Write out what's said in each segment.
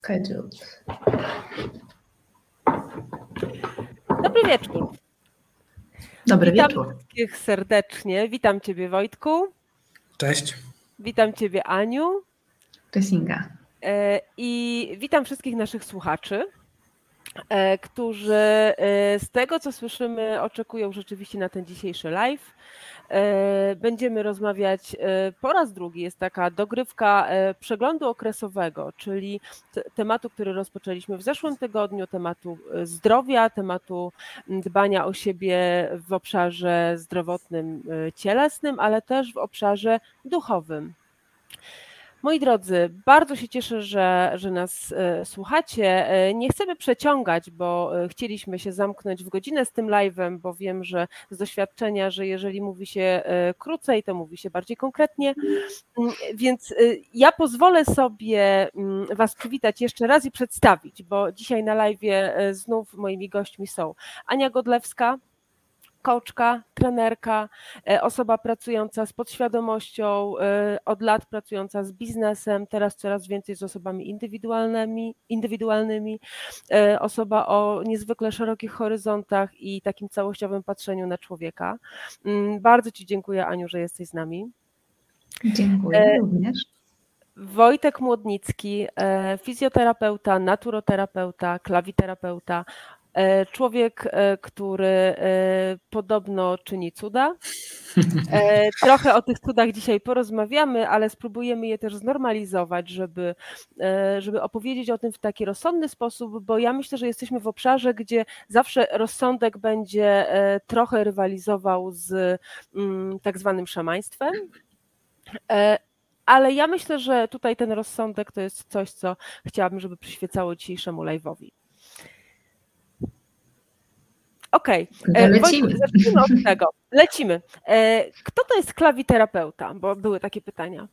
Scheduled. Dobry wieczór. Dobry Witam wieczór. wszystkich serdecznie. Witam Ciebie, Wojtku. Cześć. Witam Ciebie, Aniu. Cześć, Inga. I witam wszystkich naszych słuchaczy, którzy z tego, co słyszymy, oczekują rzeczywiście na ten dzisiejszy live. Będziemy rozmawiać po raz drugi. Jest taka dogrywka przeglądu okresowego, czyli tematu, który rozpoczęliśmy w zeszłym tygodniu, tematu zdrowia, tematu dbania o siebie w obszarze zdrowotnym, cielesnym, ale też w obszarze duchowym. Moi drodzy, bardzo się cieszę, że nas słuchacie. Nie chcemy przeciągać, bo chcieliśmy się zamknąć w godzinę z tym live'em, bo wiem, że z doświadczenia, że jeżeli mówi się krócej, to mówi się bardziej konkretnie. Więc ja pozwolę sobie Was przywitać jeszcze raz i przedstawić, bo dzisiaj na live'ie znów moimi gośćmi są Ania Godlewska, coachka, trenerka, osoba pracująca z podświadomością, od lat pracująca z biznesem, teraz coraz więcej z osobami indywidualnymi, osoba o niezwykle szerokich horyzontach i takim całościowym patrzeniu na człowieka. Bardzo Ci dziękuję, Aniu, że jesteś z nami. Dziękuję również. Wojtek Młodnicki, fizjoterapeuta, naturoterapeuta, klawiterapeuta, człowiek, który podobno czyni cuda. Trochę o tych cudach dzisiaj porozmawiamy, ale spróbujemy je też znormalizować, żeby opowiedzieć o tym w taki rozsądny sposób, bo ja myślę, że jesteśmy w obszarze, gdzie zawsze rozsądek będzie trochę rywalizował z tak zwanym szamaństwem. Ale ja myślę, że tutaj ten rozsądek to jest coś, co chciałabym, żeby przyświecało dzisiejszemu live'owi. Okej, Wojtku, zacznijmy od tego. Lecimy. Kto to jest klawiterapeuta? Bo były takie pytania.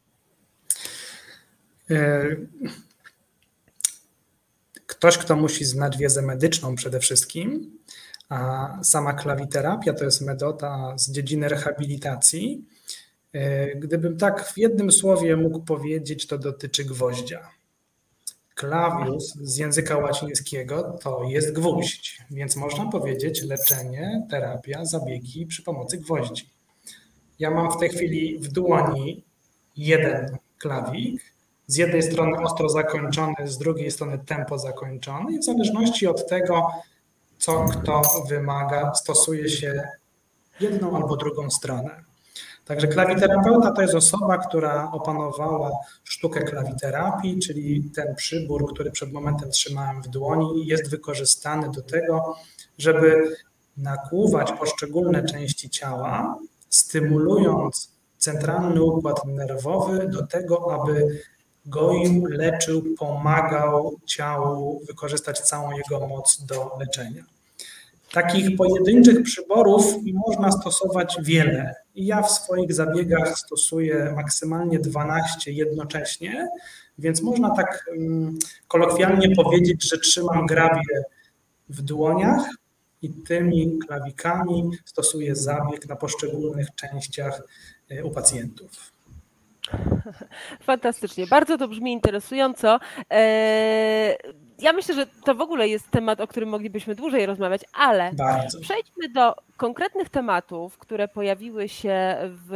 Ktoś, kto musi znać wiedzę medyczną przede wszystkim, a sama klawiterapia to jest metoda z dziedziny rehabilitacji. Gdybym tak w jednym słowie mógł powiedzieć, to dotyczy gwoździa. Clavius z języka łacińskiego to jest gwóźdź, więc można powiedzieć leczenie, terapia, zabiegi przy pomocy gwoździ. Ja mam w tej chwili w dłoni jeden klawik, z jednej strony ostro zakończony, z drugiej strony tempo zakończony i w zależności od tego, co kto wymaga, stosuje się jedną albo drugą stronę. Także klawiterapeuta to jest osoba, która opanowała sztukę klawiterapii, czyli ten przybór, który przed momentem trzymałem w dłoni, jest wykorzystany do tego, żeby nakłuwać poszczególne części ciała, stymulując centralny układ nerwowy do tego, aby goił, leczył, pomagał ciału wykorzystać całą jego moc do leczenia. Takich pojedynczych przyborów można stosować wiele. Ja w swoich zabiegach stosuję maksymalnie 12 jednocześnie, więc można tak kolokwialnie powiedzieć, że trzymam grabie w dłoniach i tymi klawikami stosuję zabieg na poszczególnych częściach u pacjentów. Fantastycznie, bardzo to brzmi interesująco. Ja myślę, że to w ogóle jest temat, o którym moglibyśmy dłużej rozmawiać, ale przejdźmy do konkretnych tematów, które pojawiły się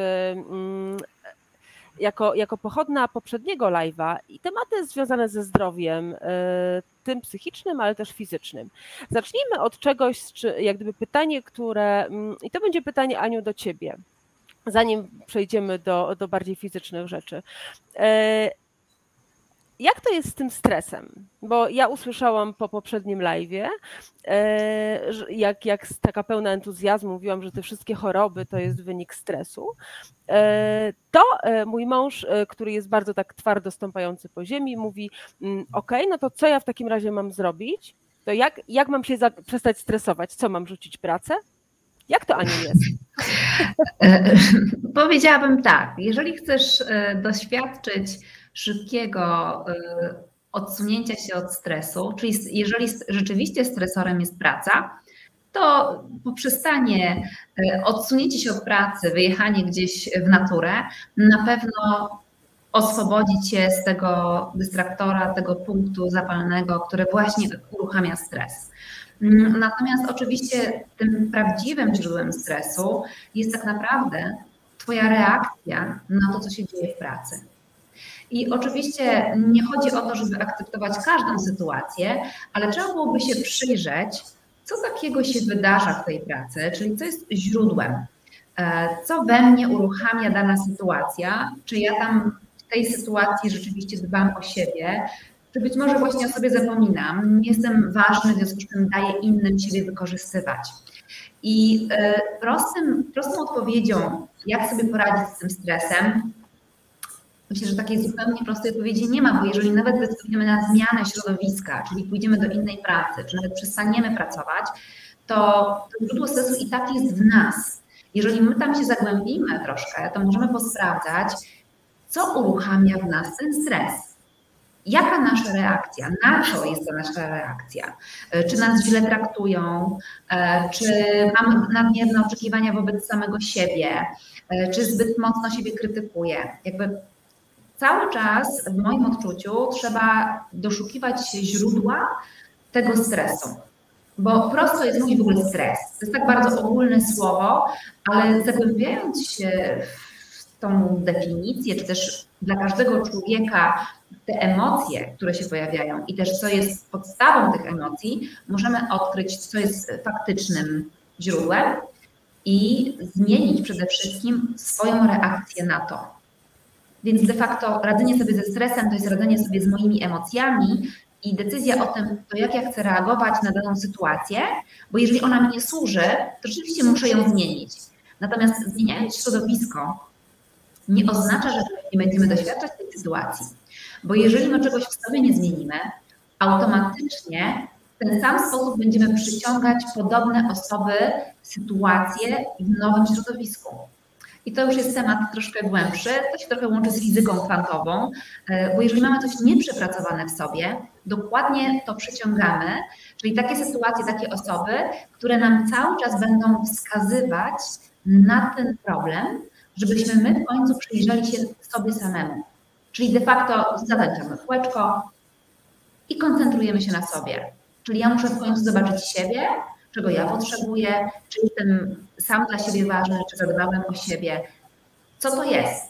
jako pochodna poprzedniego live'a i tematy związane ze zdrowiem, tym psychicznym, ale też fizycznym. Zacznijmy od czegoś, jak gdyby pytanie, i to będzie pytanie, Aniu, do Ciebie, zanim przejdziemy do bardziej fizycznych rzeczy. Jak to jest z tym stresem? Bo ja usłyszałam po poprzednim live'ie, jak taka pełna entuzjazmu mówiłam, że te wszystkie choroby to jest wynik stresu, to mój mąż, który jest bardzo tak twardo stąpający po ziemi, mówi: okej, no to co ja w takim razie mam zrobić? To jak mam się przestać stresować? Co, mam rzucić pracę? Jak to, Aniu, jest? Powiedziałabym tak, jeżeli chcesz doświadczyć szybkiego odsunięcia się od stresu, czyli jeżeli rzeczywiście stresorem jest praca, to poprzestanie, odsunięcie się od pracy, wyjechanie gdzieś w naturę na pewno oswobodzić się z tego dystraktora, tego punktu zapalnego, który właśnie uruchamia stres. Natomiast oczywiście tym prawdziwym źródłem stresu jest tak naprawdę Twoja reakcja na to, co się dzieje w pracy. I oczywiście nie chodzi o to, żeby akceptować każdą sytuację, ale trzeba byłoby się przyjrzeć, co takiego się wydarza w tej pracy, czyli co jest źródłem, co we mnie uruchamia dana sytuacja, czy ja tam w tej sytuacji rzeczywiście dbam o siebie, czy być może właśnie o sobie zapominam, nie jestem ważny, w związku z czym daję innym siebie wykorzystywać. I prostą odpowiedzią, jak sobie poradzić z tym stresem, myślę, że takiej zupełnie prostej odpowiedzi nie ma, bo jeżeli nawet zdecydujemy na zmianę środowiska, czyli pójdziemy do innej pracy, czy nawet przestaniemy pracować, to źródło stresu i tak jest w nas. Jeżeli my tam się zagłębimy troszkę, to możemy posprawdzać, co uruchamia w nas ten stres. Jaka nasza reakcja? Na co jest ta nasza reakcja? Czy nas źle traktują? Czy mamy nadmierne oczekiwania wobec samego siebie? Czy zbyt mocno siebie krytykuję? Jakby cały czas w moim odczuciu trzeba doszukiwać się źródła tego stresu. Bo prosto jest mówić w ogóle stres. To jest tak bardzo ogólne słowo, ale zagłębiając się w tą definicję, czy też dla każdego człowieka te emocje, które się pojawiają i też co jest podstawą tych emocji, możemy odkryć, co jest faktycznym źródłem i zmienić przede wszystkim swoją reakcję na to. Więc de facto radzenie sobie ze stresem to jest radzenie sobie z moimi emocjami i decyzja o tym, to jak ja chcę reagować na daną sytuację, bo jeżeli ona mi nie służy, to rzeczywiście muszę ją zmienić. Natomiast zmieniając środowisko nie oznacza, że nie będziemy doświadczać tej sytuacji. Bo jeżeli my czegoś w sobie nie zmienimy, automatycznie w ten sam sposób będziemy przyciągać podobne osoby, sytuacje w nowym środowisku. I to już jest temat troszkę głębszy, to się trochę łączy z fizyką kwantową, bo jeżeli mamy coś nieprzepracowane w sobie, dokładnie to przyciągamy, czyli takie sytuacje, takie osoby, które nam cały czas będą wskazywać na ten problem, żebyśmy my w końcu przyjrzeli się sobie samemu. Czyli de facto zatańczamy kółeczko i koncentrujemy się na sobie. Czyli ja muszę w końcu zobaczyć siebie, czego ja potrzebuję, czy jestem sam dla siebie ważny, czy zadbałem o siebie. Co to jest?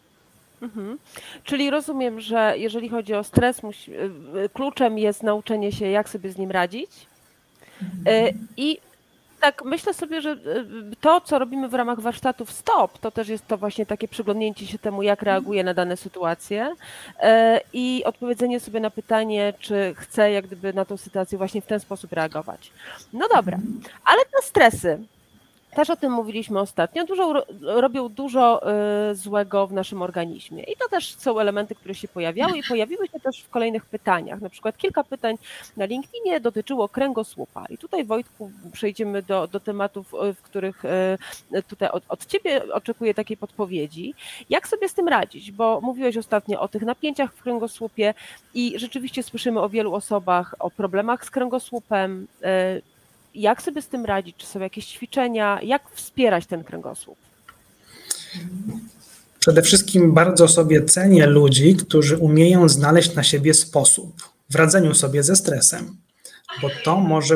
Czyli rozumiem, że jeżeli chodzi o stres, kluczem jest nauczenie się, jak sobie z nim radzić. I tak myślę sobie, że to, co robimy w ramach warsztatów STOP, to też jest to właśnie takie przyglądnięcie się temu, jak reaguję na dane sytuacje i odpowiedzenie sobie na pytanie, czy chcę jak gdyby na tą sytuację właśnie w ten sposób reagować. No dobra, ale te stresy, też o tym mówiliśmy ostatnio, robią dużo złego w naszym organizmie i to też są elementy, które się pojawiały i pojawiły się też w kolejnych pytaniach. Na przykład kilka pytań na LinkedInie dotyczyło kręgosłupa i tutaj, Wojtku, przejdziemy do tematów, w których tutaj od Ciebie oczekuję takiej podpowiedzi. Jak sobie z tym radzić? Bo mówiłeś ostatnio o tych napięciach w kręgosłupie i rzeczywiście słyszymy o wielu osobach, o problemach z kręgosłupem. Jak sobie z tym radzić? Czy są jakieś ćwiczenia? Jak wspierać ten kręgosłup? Przede wszystkim bardzo sobie cenię ludzi, którzy umieją znaleźć na siebie sposób w radzeniu sobie ze stresem, bo to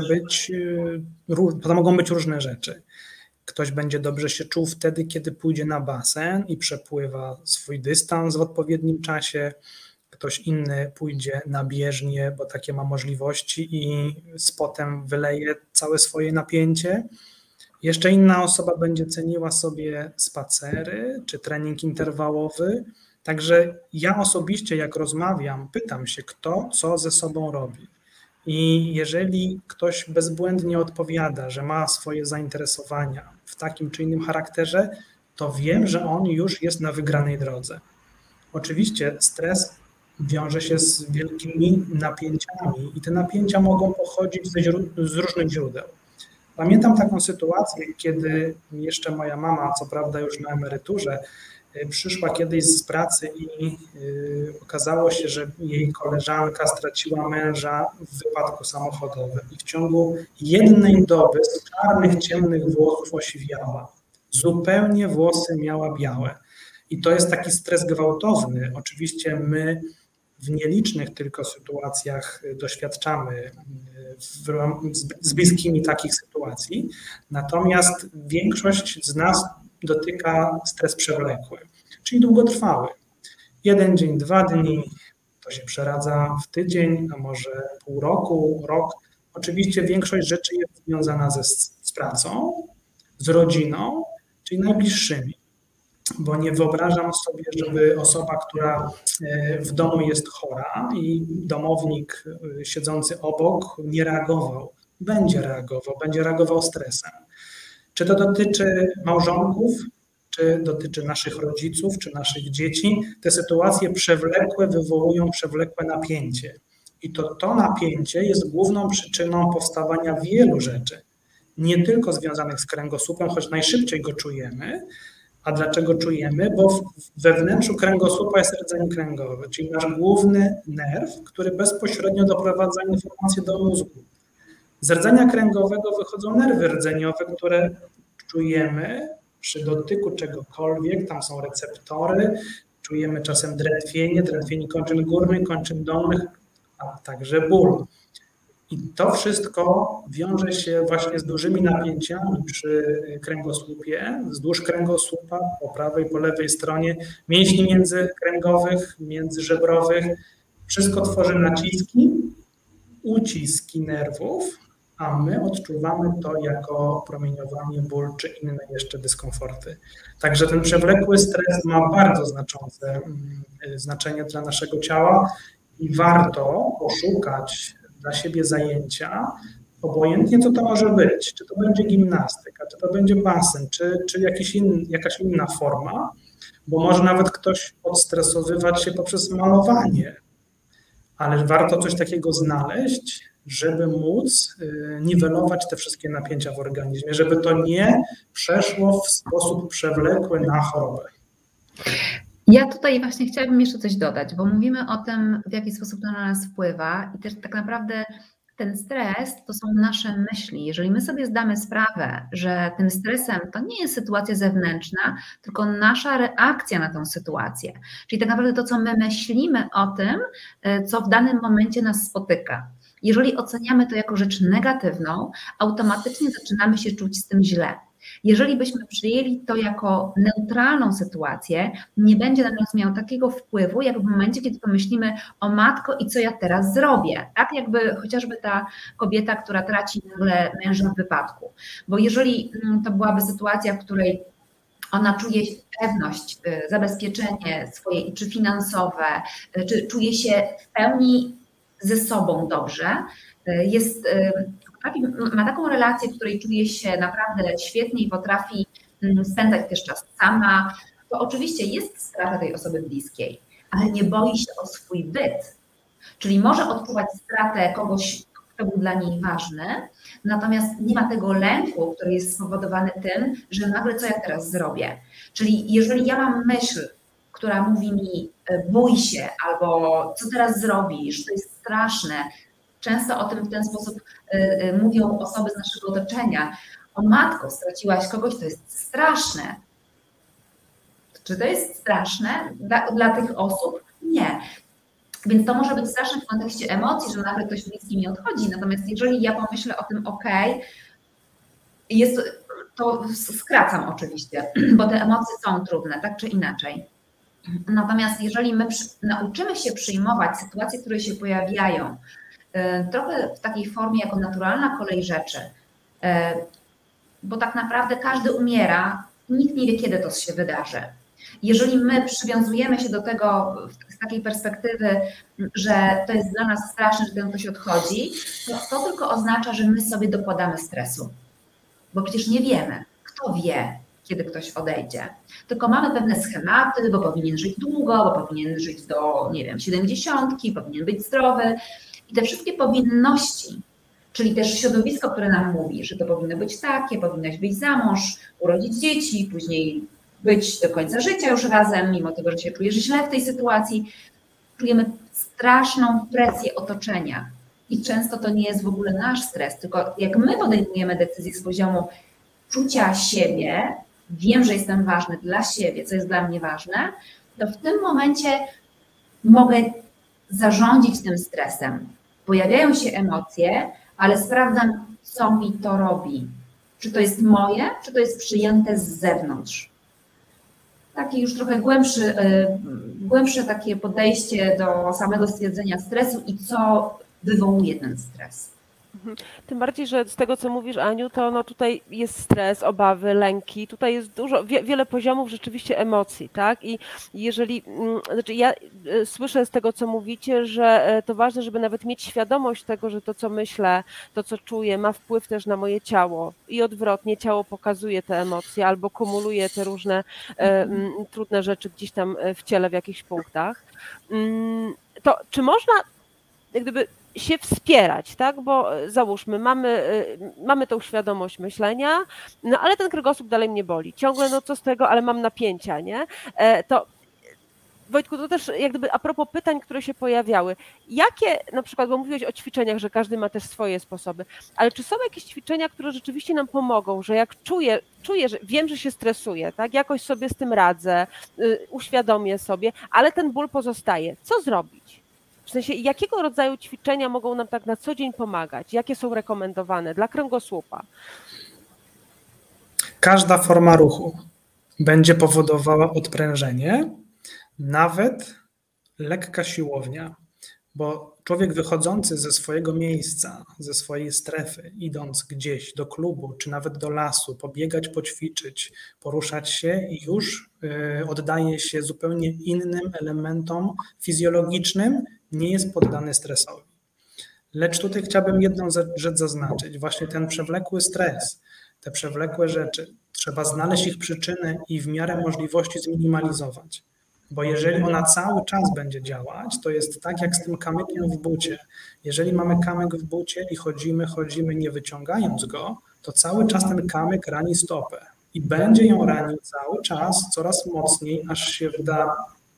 mogą być różne rzeczy. Ktoś będzie dobrze się czuł wtedy, kiedy pójdzie na basen i przepływa swój dystans w odpowiednim czasie. Ktoś inny pójdzie na bieżnię, bo takie ma możliwości i z potem wyleje całe swoje napięcie. Jeszcze inna osoba będzie ceniła sobie spacery czy trening interwałowy. Także ja osobiście, jak rozmawiam, pytam się, kto co ze sobą robi. I jeżeli ktoś bezbłędnie odpowiada, że ma swoje zainteresowania w takim czy innym charakterze, to wiem, że on już jest na wygranej drodze. Oczywiście stres wiąże się z wielkimi napięciami i te napięcia mogą pochodzić z różnych źródeł. Pamiętam taką sytuację, kiedy jeszcze moja mama, co prawda już na emeryturze, przyszła kiedyś z pracy i okazało się, że jej koleżanka straciła męża w wypadku samochodowym i w ciągu jednej doby z czarnych, ciemnych włosów osiwiała. Zupełnie włosy miała białe. I to jest taki stres gwałtowny. Oczywiście my w nielicznych tylko sytuacjach doświadczamy z bliskimi takich sytuacji, natomiast większość z nas dotyka stres przewlekły, czyli długotrwały. 1 dzień, 2 dni, to się przeradza w tydzień, a może pół roku, rok. Oczywiście większość rzeczy jest związana z pracą, z rodziną, czyli najbliższymi. Bo nie wyobrażam sobie, żeby osoba, która w domu jest chora i domownik siedzący obok nie reagował. Będzie reagował stresem. Czy to dotyczy małżonków, czy dotyczy naszych rodziców, czy naszych dzieci, te sytuacje przewlekłe wywołują przewlekłe napięcie. I to napięcie jest główną przyczyną powstawania wielu rzeczy, nie tylko związanych z kręgosłupem, choć najszybciej go czujemy. A dlaczego czujemy? Bo we wnętrzu kręgosłupa jest rdzeń kręgowy, czyli nasz główny nerw, który bezpośrednio doprowadza informacje do mózgu. Z rdzenia kręgowego wychodzą nerwy rdzeniowe, które czujemy przy dotyku czegokolwiek, tam są receptory, czujemy czasem drętwienie kończyn górnych, kończyn dolnych, a także ból. I to wszystko wiąże się właśnie z dużymi napięciami przy kręgosłupie, wzdłuż kręgosłupa, po prawej, po lewej stronie, mięśni międzykręgowych, międzyżebrowych. Wszystko tworzy naciski, uciski nerwów, a my odczuwamy to jako promieniowanie, ból czy inne jeszcze dyskomforty. Także ten przewlekły stres ma bardzo znaczące znaczenie dla naszego ciała i warto poszukać dla siebie zajęcia, obojętnie co to może być, czy to będzie gimnastyka, czy to będzie basen, czy jakaś inna forma, bo może nawet ktoś odstresowywać się poprzez malowanie, ale warto coś takiego znaleźć, żeby móc niwelować te wszystkie napięcia w organizmie, żeby to nie przeszło w sposób przewlekły na chorobę. Ja tutaj właśnie chciałabym jeszcze coś dodać, bo mówimy o tym, w jaki sposób to na nas wpływa i też tak naprawdę ten stres to są nasze myśli. Jeżeli my sobie zdamy sprawę, że tym stresem to nie jest sytuacja zewnętrzna, tylko nasza reakcja na tą sytuację, czyli tak naprawdę to, co my myślimy o tym, co w danym momencie nas spotyka. Jeżeli oceniamy to jako rzecz negatywną, automatycznie zaczynamy się czuć z tym źle. Jeżeli byśmy przyjęli to jako neutralną sytuację, nie będzie na nas miał takiego wpływu, jak w momencie, kiedy pomyślimy o matko i co ja teraz zrobię. Tak jakby chociażby ta kobieta, która traci nagle męża w wypadku. Bo jeżeli to byłaby sytuacja, w której ona czuje pewność, zabezpieczenie swoje, czy finansowe, czy czuje się w pełni ze sobą dobrze, ma taką relację, w której czuje się naprawdę świetnie i potrafi spędzać też czas sama, to oczywiście jest strata tej osoby bliskiej, ale nie boi się o swój byt. Czyli może odczuwać stratę kogoś, kto był dla niej ważny, natomiast nie ma tego lęku, który jest spowodowany tym, że nagle co ja teraz zrobię. Czyli jeżeli ja mam myśl, która mówi mi bój się albo co teraz zrobisz, to jest straszne. Często o tym w ten sposób mówią osoby z naszego otoczenia. O matko, straciłaś kogoś, to jest straszne. Czy to jest straszne dla tych osób? Nie. Więc to może być straszne w kontekście emocji, że nagle ktoś bliski mi odchodzi. Natomiast jeżeli ja pomyślę o tym, to skracam oczywiście, bo te emocje są trudne, tak czy inaczej. Natomiast jeżeli my nauczymy się przyjmować sytuacje, które się pojawiają, trochę w takiej formie jako naturalna kolej rzeczy, bo tak naprawdę każdy umiera, nikt nie wie, kiedy to się wydarzy. Jeżeli my przywiązujemy się do tego z takiej perspektywy, że to jest dla nas straszne, że ten ktoś odchodzi, to tylko oznacza, że my sobie dokładamy stresu. Bo przecież nie wiemy, kto wie, kiedy ktoś odejdzie. Tylko mamy pewne schematy, bo powinien żyć długo, bo powinien żyć do, 70, powinien być zdrowy. I te wszystkie powinności, czyli też środowisko, które nam mówi, że to powinno być takie, powinnaś wyjść za mąż, urodzić dzieci, później być do końca życia już razem, mimo tego, że się czujesz źle w tej sytuacji, czujemy straszną presję otoczenia. I często to nie jest w ogóle nasz stres, tylko jak my podejmujemy decyzję z poziomu czucia siebie, wiem, że jestem ważny dla siebie, co jest dla mnie ważne, to w tym momencie mogę zarządzić tym stresem. Pojawiają się emocje, ale sprawdzam, co mi to robi. Czy to jest moje, czy to jest przyjęte z zewnątrz. Takie już trochę głębsze takie podejście do samego stwierdzenia stresu i co wywołuje ten stres. Tym bardziej, że z tego, co mówisz, Aniu, to no tutaj jest stres, obawy, lęki, tutaj jest dużo, wiele poziomów rzeczywiście emocji, tak? I jeżeli, znaczy ja słyszę z tego, co mówicie, że to ważne, żeby nawet mieć świadomość tego, że to, co myślę, to, co czuję, ma wpływ też na moje ciało i odwrotnie, ciało pokazuje te emocje albo kumuluje te różne trudne rzeczy gdzieś tam w ciele w jakichś punktach. To czy można jak gdyby się wspierać, tak? Bo załóżmy, mamy tą świadomość myślenia, no ale ten kręgosłup dalej mnie boli. Ciągle, no co z tego, ale mam napięcia, nie? To Wojtku, to też jak gdyby a propos pytań, które się pojawiały. Jakie, na przykład, bo mówiłeś o ćwiczeniach, że każdy ma też swoje sposoby, ale czy są jakieś ćwiczenia, które rzeczywiście nam pomogą, że jak czuję, że wiem, że się stresuję, tak? Jakoś sobie z tym radzę, uświadomię sobie, ale ten ból pozostaje. Co zrobić? W sensie, jakiego rodzaju ćwiczenia mogą nam tak na co dzień pomagać? Jakie są rekomendowane dla kręgosłupa? Każda forma ruchu będzie powodowała odprężenie, nawet lekka siłownia, bo człowiek wychodzący ze swojego miejsca, ze swojej strefy, idąc gdzieś do klubu, czy nawet do lasu, pobiegać, poćwiczyć, poruszać się i już oddaje się zupełnie innym elementom fizjologicznym, nie jest poddany stresowi. Lecz tutaj chciałbym jedną rzecz zaznaczyć, właśnie ten przewlekły stres, te przewlekłe rzeczy, trzeba znaleźć ich przyczyny i w miarę możliwości zminimalizować. Bo jeżeli ona cały czas będzie działać, to jest tak jak z tym kamykiem w bucie. Jeżeli mamy kamyk w bucie i chodzimy, nie wyciągając go, to cały czas ten kamyk rani stopę i będzie ją ranił cały czas, coraz mocniej, aż się wyda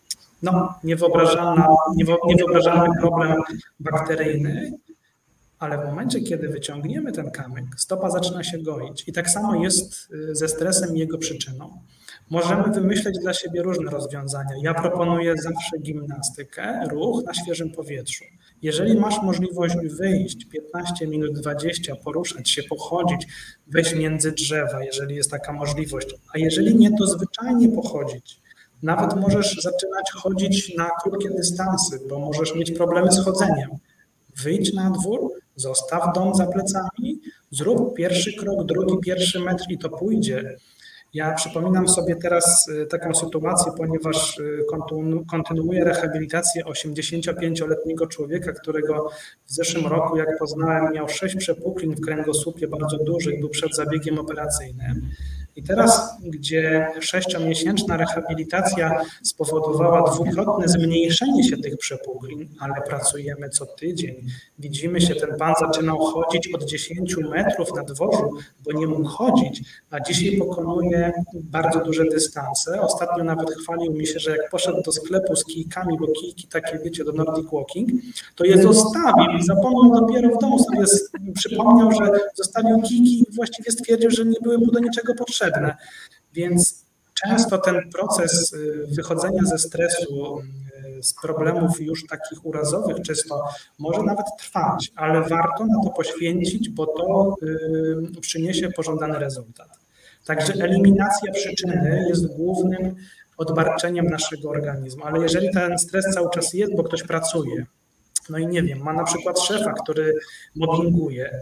niewyobrażalny problem bakteryjny, ale w momencie, kiedy wyciągniemy ten kamyk, stopa zaczyna się goić. I tak samo jest ze stresem i jego przyczyną. Możemy wymyśleć dla siebie różne rozwiązania. Ja proponuję zawsze gimnastykę, ruch na świeżym powietrzu. Jeżeli masz możliwość wyjść 15 minut, 20, poruszać się, pochodzić, wejść między drzewa, jeżeli jest taka możliwość, a jeżeli nie, to zwyczajnie pochodzić. Nawet możesz zaczynać chodzić na krótkie dystanse, bo możesz mieć problemy z chodzeniem. Wyjdź na dwór, zostaw dom za plecami, zrób pierwszy krok, drugi, pierwszy metr i to pójdzie. Ja przypominam sobie teraz taką sytuację, ponieważ kontynuuję rehabilitację 85-letniego człowieka, którego w zeszłym roku, jak poznałem, miał 6 przepuklin w kręgosłupie bardzo dużych, był przed zabiegiem operacyjnym. I teraz, gdzie 6-miesięczna rehabilitacja spowodowała dwukrotne zmniejszenie się tych przepuklin, ale pracujemy co tydzień, widzimy się, ten pan zaczynał chodzić od 10 metrów na dworzu, bo nie mógł chodzić, a dzisiaj pokonuje bardzo duże dystanse. Ostatnio nawet chwalił mi się, że jak poszedł do sklepu z kijkami, bo kijki takie, wiecie, do Nordic Walking, to je zostawił i zapomniał dopiero w domu sobie, przypomniał, że zostawił kijki i właściwie stwierdził, że nie były mu do niczego potrzebne. Więc często ten proces wychodzenia ze stresu, z problemów już takich urazowych czysto może nawet trwać, ale warto na to poświęcić, bo to przyniesie pożądany rezultat. Także eliminacja przyczyny jest głównym odbarczeniem naszego organizmu, ale jeżeli ten stres cały czas jest, bo ktoś pracuje, no i nie wiem, ma na przykład szefa, który mobbinguje,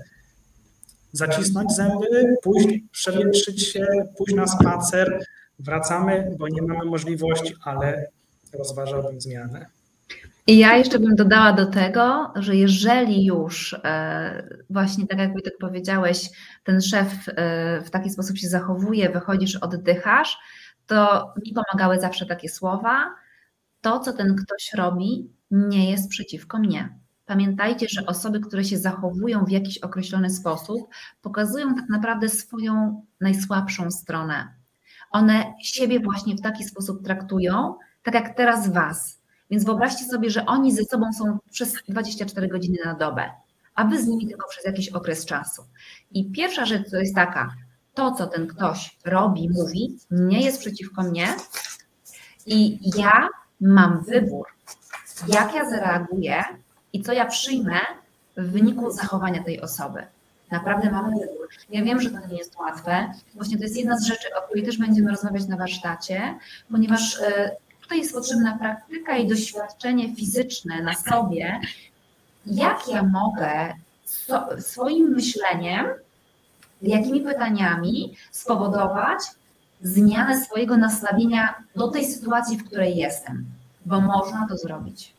zacisnąć zęby, pójść, przewietrzyć się, pójść na spacer, wracamy, bo nie mamy możliwości, ale rozważałbym zmianę. I ja jeszcze bym dodała do tego, że jeżeli już właśnie tak jak Wojtek powiedziałeś, ten szef w taki sposób się zachowuje, wychodzisz, oddychasz, to mi pomagały zawsze takie słowa: to, co ten ktoś robi, nie jest przeciwko mnie. Pamiętajcie, że osoby, które się zachowują w jakiś określony sposób, pokazują tak naprawdę swoją najsłabszą stronę. One siebie właśnie w taki sposób traktują, tak jak teraz was. Więc wyobraźcie sobie, że oni ze sobą są przez 24 godziny na dobę, a wy z nimi tylko przez jakiś okres czasu. I pierwsza rzecz to jest taka: to, co ten ktoś robi, mówi, nie jest przeciwko mnie i ja mam wybór, jak ja zareaguję i co ja przyjmę w wyniku zachowania tej osoby. Naprawdę mamy wybór. Ja wiem, że to nie jest łatwe. Właśnie to jest jedna z rzeczy, o której też będziemy rozmawiać na warsztacie, ponieważ tutaj jest potrzebna praktyka i doświadczenie fizyczne na sobie, jak ja mogę swoim myśleniem, jakimi pytaniami spowodować zmianę swojego nastawienia do tej sytuacji, w której jestem, bo można to zrobić.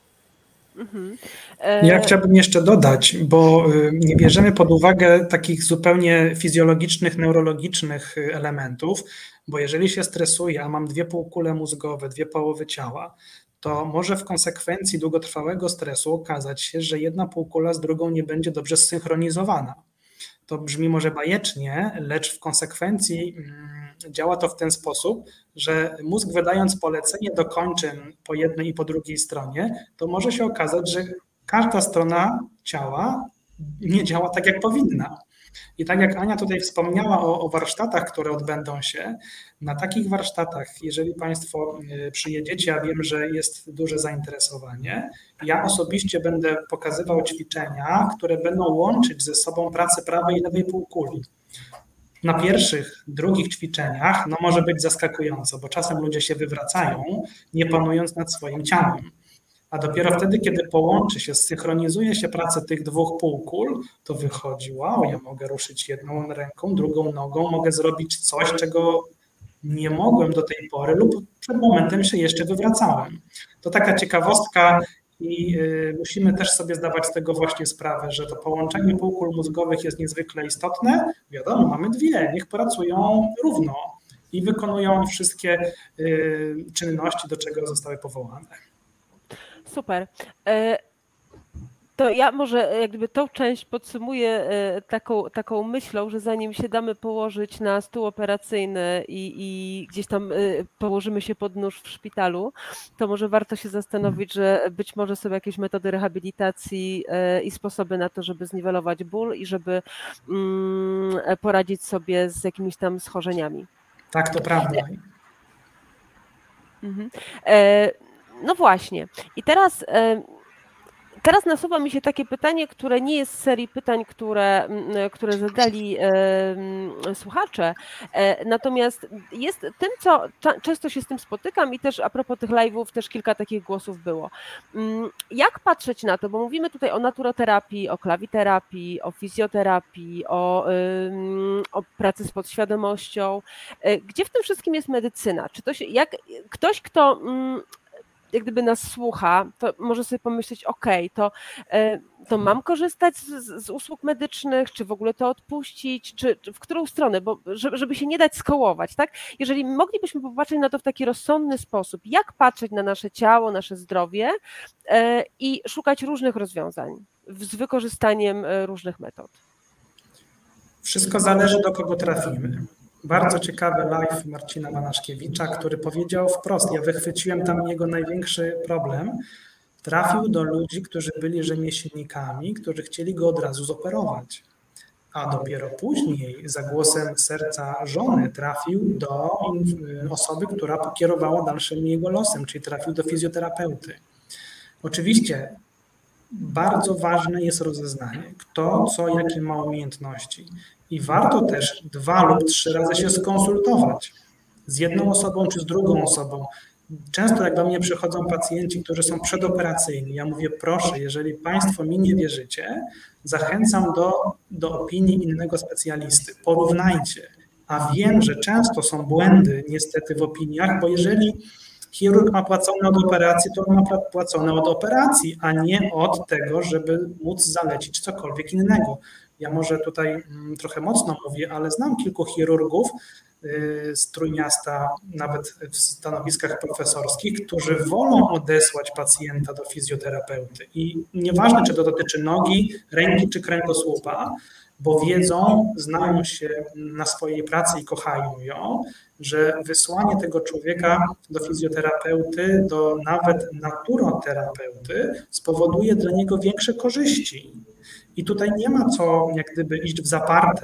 Ja chciałbym jeszcze dodać, bo nie bierzemy pod uwagę takich zupełnie fizjologicznych, neurologicznych elementów, bo jeżeli się stresuję, a mam 2 półkule mózgowe, 2 połowy ciała, to może w konsekwencji długotrwałego stresu okazać się, że jedna półkula z drugą nie będzie dobrze zsynchronizowana. To brzmi może bajecznie, lecz w konsekwencji działa to w ten sposób, że mózg, wydając polecenie do kończyn po jednej i po drugiej stronie, to może się okazać, że każda strona ciała nie działa tak, jak powinna. I tak jak Ania tutaj wspomniała o warsztatach, które odbędą się, na takich warsztatach, jeżeli Państwo przyjedziecie, a wiem, że jest duże zainteresowanie, ja osobiście będę pokazywał ćwiczenia, które będą łączyć ze sobą pracę prawej i lewej półkuli. Na pierwszych, drugich ćwiczeniach może być zaskakująco, bo czasem ludzie się wywracają, nie panując nad swoim ciałem. A dopiero wtedy, kiedy połączy się, zsynchronizuje się pracę tych 2 półkul, to wychodzi, wow, ja mogę ruszyć jedną ręką, drugą nogą, mogę zrobić coś, czego nie mogłem do tej pory lub przed momentem się jeszcze wywracałem. To taka ciekawostka i musimy też sobie zdawać z tego właśnie sprawę, że to połączenie półkul mózgowych jest niezwykle istotne. Wiadomo, mamy 2, niech pracują równo i wykonują wszystkie czynności, do czego zostały powołane. Super. To ja może jak gdyby tą część podsumuję taką myślą, że zanim się damy położyć na stół operacyjny i gdzieś tam położymy się pod nóż w szpitalu, to może warto się zastanowić, że być może są jakieś metody rehabilitacji i sposoby na to, żeby zniwelować ból i żeby poradzić sobie z jakimiś tam schorzeniami. Tak, to prawda. No właśnie. I teraz nasuwa mi się takie pytanie, które nie jest z serii pytań, które zadali słuchacze, natomiast jest tym, co często się z tym spotykam i też a propos tych live'ów też kilka takich głosów było. Jak patrzeć na to, bo mówimy tutaj o naturoterapii, o klawiterapii, o fizjoterapii, o pracy z podświadomością. Gdzie w tym wszystkim jest medycyna? Czy to się, jak ktoś, kto jak gdyby nas słucha, to może sobie pomyśleć, to mam korzystać z usług medycznych, czy w ogóle to odpuścić, czy w którą stronę, bo żeby się nie dać skołować, tak? Jeżeli moglibyśmy popatrzeć na to w taki rozsądny sposób, jak patrzeć na nasze ciało, nasze zdrowie i szukać różnych rozwiązań z wykorzystaniem różnych metod. Wszystko zależy, do kogo trafimy. Bardzo ciekawy live Marcina Banaszkiewicza, który powiedział wprost, ja wychwyciłem tam jego największy problem, trafił do ludzi, którzy byli rzemieślnikami, którzy chcieli go od razu zoperować. A dopiero później za głosem serca żony trafił do osoby, która pokierowała dalszym jego losem, czyli trafił do fizjoterapeuty. Oczywiście bardzo ważne jest rozeznanie, kto, co, jakie ma umiejętności. I warto też 2 lub 3 razy się skonsultować z jedną osobą czy z drugą osobą. Często jak do mnie przychodzą pacjenci, którzy są przedoperacyjni, ja mówię, proszę, jeżeli Państwo mi nie wierzycie, zachęcam do opinii innego specjalisty. Porównajcie. A wiem, że często są błędy niestety w opiniach, bo jeżeli chirurg ma płacone od operacji, to on ma płacone od operacji, a nie od tego, żeby móc zalecić cokolwiek innego. Ja może tutaj trochę mocno mówię, ale znam kilku chirurgów z Trójmiasta, nawet w stanowiskach profesorskich, którzy wolą odesłać pacjenta do fizjoterapeuty. I nieważne, czy to dotyczy nogi, ręki czy kręgosłupa, bo wiedzą, znają się na swojej pracy i kochają ją, że wysłanie tego człowieka do fizjoterapeuty, do nawet naturoterapeuty spowoduje dla niego większe korzyści. I tutaj nie ma co jak gdyby iść w zaparte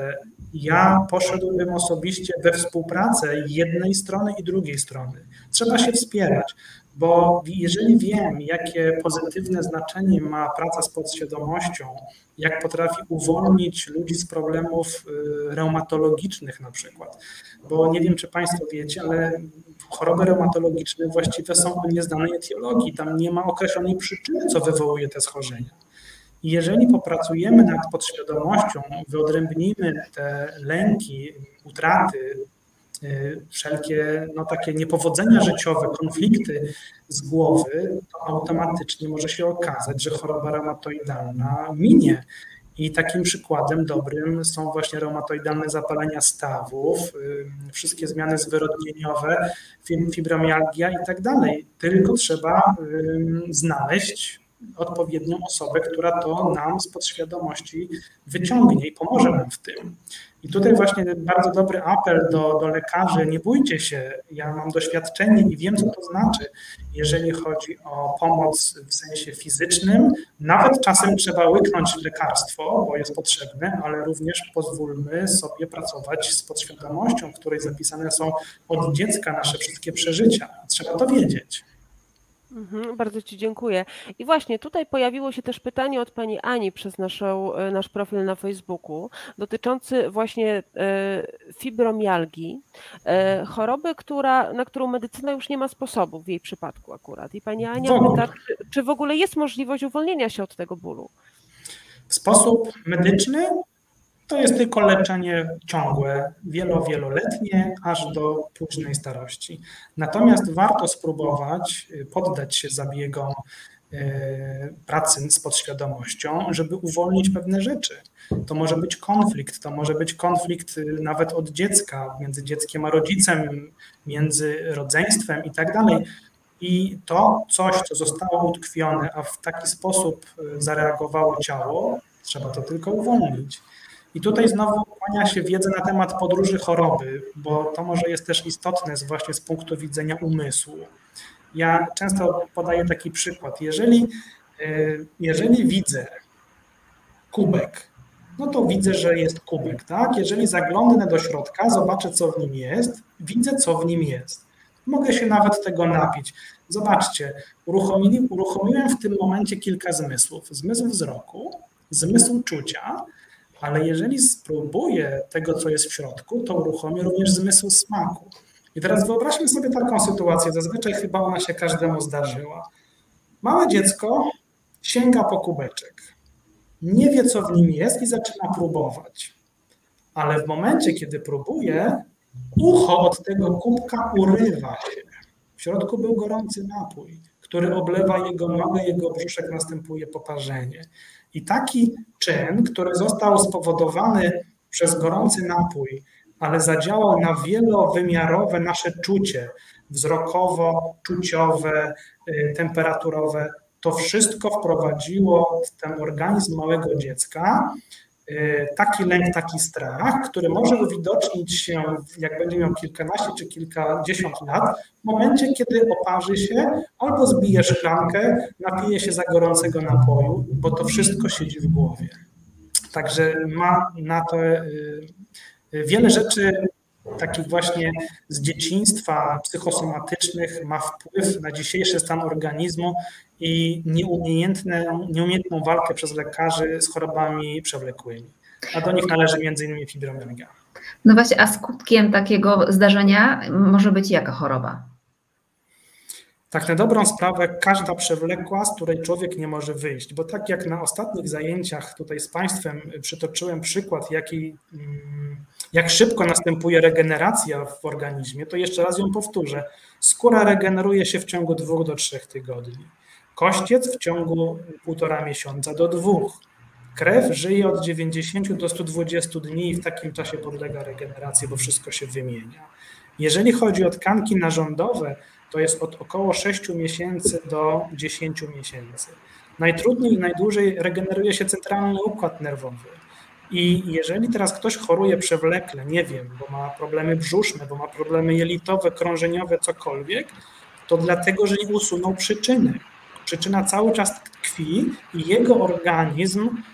ja poszedłbym osobiście we współpracę jednej strony i drugiej strony. Trzeba się wspierać, bo jeżeli wiem, jakie pozytywne znaczenie ma praca z podświadomością, jak potrafi uwolnić ludzi z problemów reumatologicznych na przykład, bo nie wiem, czy Państwo wiecie, ale choroby reumatologiczne właściwie są o nieznanej etiologii, tam nie ma określonej przyczyny, co wywołuje te schorzenia. I jeżeli popracujemy nad podświadomością, wyodrębnimy te lęki, utraty, wszelkie takie niepowodzenia życiowe, konflikty z głowy, to automatycznie może się okazać, że choroba reumatoidalna minie. I takim przykładem dobrym są właśnie reumatoidalne zapalenia stawów, wszystkie zmiany zwyrodnieniowe, fibromialgia i tak dalej. Tylko trzeba znaleźć odpowiednią osobę, która to nam z podświadomości wyciągnie i pomoże nam w tym. I tutaj właśnie bardzo dobry apel do lekarzy, nie bójcie się, ja mam doświadczenie i wiem, co to znaczy, jeżeli chodzi o pomoc w sensie fizycznym, nawet czasem trzeba łyknąć lekarstwo, bo jest potrzebne, ale również pozwólmy sobie pracować z podświadomością, w której zapisane są od dziecka nasze wszystkie przeżycia. Trzeba to wiedzieć. Bardzo Ci dziękuję. I właśnie tutaj pojawiło się też pytanie od Pani Ani przez nasz profil na Facebooku dotyczący właśnie fibromialgii, choroby, na którą medycyna już nie ma sposobu w jej przypadku akurat. I Pani Ania pyta, czy w ogóle jest możliwość uwolnienia się od tego bólu? W sposób medyczny to jest tylko leczenie ciągłe, wieloletnie, aż do późnej starości. Natomiast warto spróbować poddać się zabiegom pracy z podświadomością, żeby uwolnić pewne rzeczy. To może być konflikt nawet od dziecka, między dzieckiem a rodzicem, między rodzeństwem i tak dalej. I to coś, co zostało utkwione, a w taki sposób zareagowało ciało, trzeba to tylko uwolnić. I tutaj znowu kłania się wiedza na temat podróży choroby, bo to może jest też istotne właśnie z punktu widzenia umysłu. Ja często podaję taki przykład. Jeżeli widzę kubek, no to widzę, że jest kubek, tak? Jeżeli zaglądnę do środka, zobaczę, co w nim jest, widzę, co w nim jest. Mogę się nawet tego napić. Zobaczcie, uruchomiłem w tym momencie kilka zmysłów. Zmysł wzroku, zmysł czucia, ale jeżeli spróbuję tego, co jest w środku, to uruchomię również zmysł smaku. I teraz wyobraźmy sobie taką sytuację, zazwyczaj chyba ona się każdemu zdarzyła. Małe dziecko sięga po kubeczek, nie wie, co w nim jest i zaczyna próbować. Ale w momencie, kiedy próbuje, ucho od tego kubka urywa się. W środku był gorący napój, który oblewa jego nogę, jego brzuszek, następuje poparzenie. I taki czyn, który został spowodowany przez gorący napój, ale zadziałał na wielowymiarowe nasze czucie, wzrokowo-czuciowe, temperaturowe, to wszystko wprowadziło w ten organizm małego dziecka taki lęk, taki strach, który może uwidocznić się, jak będzie miał kilkanaście czy kilkadziesiąt lat, w momencie, kiedy oparzy się albo zbije szklankę, napije się za gorącego napoju, bo to wszystko siedzi w głowie. Także ma na to wiele rzeczy takich właśnie z dzieciństwa psychosomatycznych ma wpływ na dzisiejszy stan organizmu i nieumiejętną walkę przez lekarzy z chorobami przewlekłymi. A do nich należy m.in. fibromialgia. No właśnie, a skutkiem takiego zdarzenia może być jaka choroba? Tak na dobrą sprawę każda przewlekła, z której człowiek nie może wyjść, bo tak jak na ostatnich zajęciach tutaj z Państwem przytoczyłem przykład, jak szybko następuje regeneracja w organizmie, to jeszcze raz ją powtórzę. Skóra regeneruje się w ciągu 2 do 3 tygodni. Kościec w ciągu 1,5 miesiąca do 2. Krew żyje od 90 do 120 dni i w takim czasie podlega regeneracji, bo wszystko się wymienia. Jeżeli chodzi o tkanki narządowe, to jest od około 6 miesięcy do 10 miesięcy. Najtrudniej i najdłużej regeneruje się centralny układ nerwowy. I jeżeli teraz ktoś choruje przewlekle, nie wiem, bo ma problemy brzuszne, bo ma problemy jelitowe, krążeniowe, cokolwiek, to dlatego, że nie usunął przyczyny. Przyczyna cały czas tkwi i jego organizm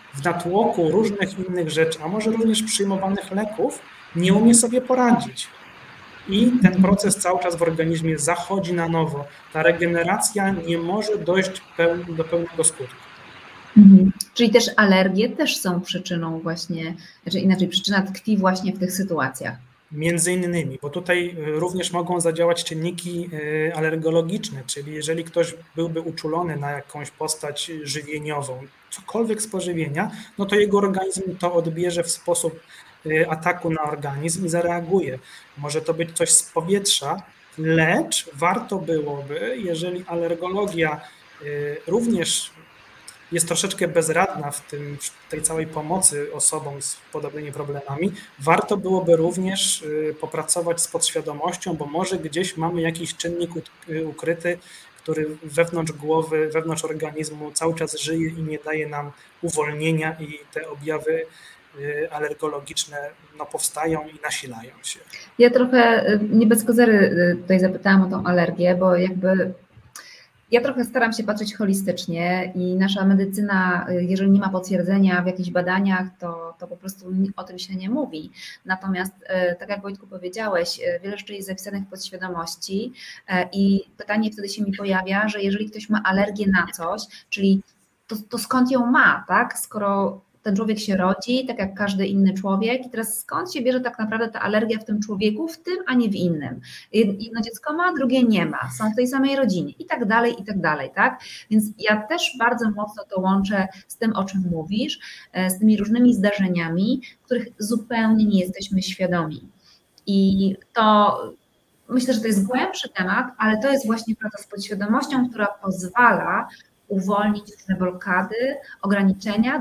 w natłoku różnych innych rzeczy, a może również przyjmowanych leków, nie umie sobie poradzić. I ten proces cały czas w organizmie zachodzi na nowo. Ta regeneracja nie może dojść do pełnego skutku. Czyli też alergie też są przyczyną właśnie, znaczy inaczej, przyczyna tkwi właśnie w tych sytuacjach. Między innymi, bo tutaj również mogą zadziałać czynniki alergologiczne, czyli jeżeli ktoś byłby uczulony na jakąś postać żywieniową, cokolwiek z pożywienia, no to jego organizm to odbierze w sposób ataku na organizm i zareaguje. Może to być coś z powietrza, lecz warto byłoby, jeżeli alergologia również jest troszeczkę bezradna w tej całej pomocy osobom z podobnymi problemami, warto byłoby również popracować z podświadomością, bo może gdzieś mamy jakiś czynnik ukryty, który wewnątrz głowy, wewnątrz organizmu cały czas żyje i nie daje nam uwolnienia i te objawy alergologiczne powstają i nasilają się. Ja trochę nie bez kozery tutaj zapytałam o tą alergię, bo jakby ja trochę staram się patrzeć holistycznie i nasza medycyna, jeżeli nie ma potwierdzenia w jakichś badaniach, to po prostu o tym się nie mówi. Natomiast tak jak Wojtku powiedziałeś, wiele rzeczy jest zapisanych w podświadomości i pytanie wtedy się mi pojawia, że jeżeli ktoś ma alergię na coś, czyli to skąd ją ma, tak? Skoro ten człowiek się rodzi, tak jak każdy inny człowiek i teraz skąd się bierze tak naprawdę ta alergia w tym człowieku, w tym, a nie w innym. Jedno dziecko ma, drugie nie ma, są w tej samej rodzinie i tak dalej, tak? Więc ja też bardzo mocno to łączę z tym, o czym mówisz, z tymi różnymi zdarzeniami, których zupełnie nie jesteśmy świadomi. I to myślę, że to jest głębszy temat, ale to jest właśnie praca z podświadomością, która pozwala uwolnić różne blokady, ograniczenia,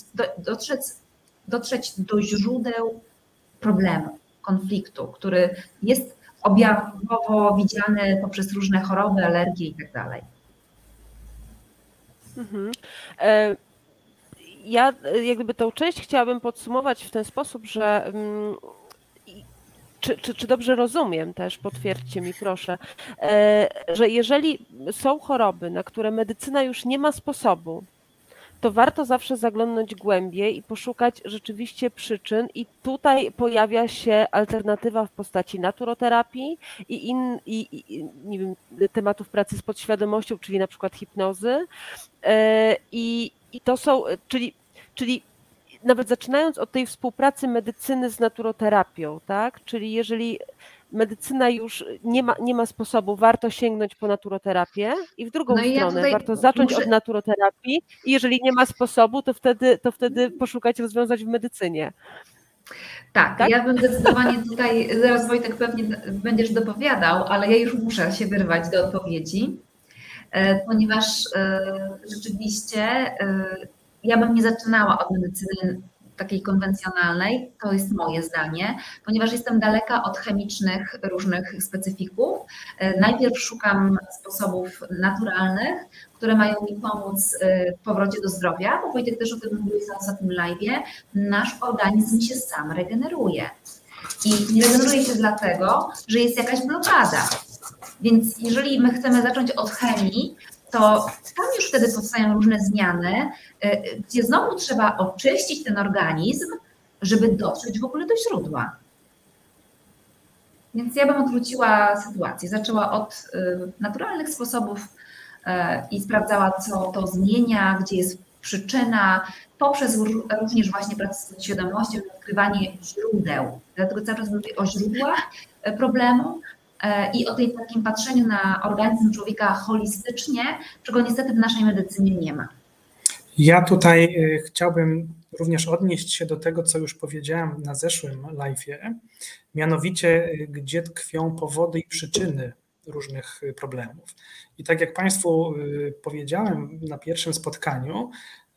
dotrzeć do źródeł problemu, konfliktu, który jest objawowo widziany poprzez różne choroby, alergie i tak dalej. Ja jakby tą część chciałabym podsumować w ten sposób, że czy dobrze rozumiem też, potwierdźcie mi proszę, że jeżeli są choroby, na które medycyna już nie ma sposobu, to warto zawsze zaglądnąć głębiej i poszukać rzeczywiście przyczyn i tutaj pojawia się alternatywa w postaci naturoterapii i nie wiem, tematów pracy z podświadomością, czyli na przykład hipnozy i to są, czyli nawet zaczynając od tej współpracy medycyny z naturoterapią, tak? Czyli jeżeli medycyna już nie ma sposobu, warto sięgnąć po naturoterapię i w drugą stronę warto zacząć od naturoterapii i jeżeli nie ma sposobu, to wtedy poszukać rozwiązań w medycynie. Tak, ja bym zdecydowanie tutaj, zaraz Wojtek pewnie będziesz dopowiadał, ale ja już muszę się wyrwać do odpowiedzi, ponieważ rzeczywiście ja bym nie zaczynała od medycyny takiej konwencjonalnej, to jest moje zdanie, ponieważ jestem daleka od chemicznych różnych specyfików. Najpierw szukam sposobów naturalnych, które mają mi pomóc w powrocie do zdrowia, bo Wojtek też o tym mówił na ostatnim live'ie, nasz organizm się sam regeneruje. I nie regeneruje się dlatego, że jest jakaś blokada. Więc jeżeli my chcemy zacząć od chemii, to tam już wtedy powstają różne zmiany, gdzie znowu trzeba oczyścić ten organizm, żeby dotrzeć w ogóle do źródła. Więc ja bym odwróciła sytuację. Zaczęła od naturalnych sposobów i sprawdzała, co to zmienia, gdzie jest przyczyna, poprzez również właśnie pracę z świadomością, odkrywanie źródeł. Dlatego cały czas mówię o źródłach problemu, i o tej takim patrzeniu na organizm człowieka holistycznie, czego niestety w naszej medycynie nie ma. Ja tutaj chciałbym również odnieść się do tego, co już powiedziałem na zeszłym live'ie, mianowicie gdzie tkwią powody i przyczyny różnych problemów. I tak jak Państwu powiedziałem na pierwszym spotkaniu,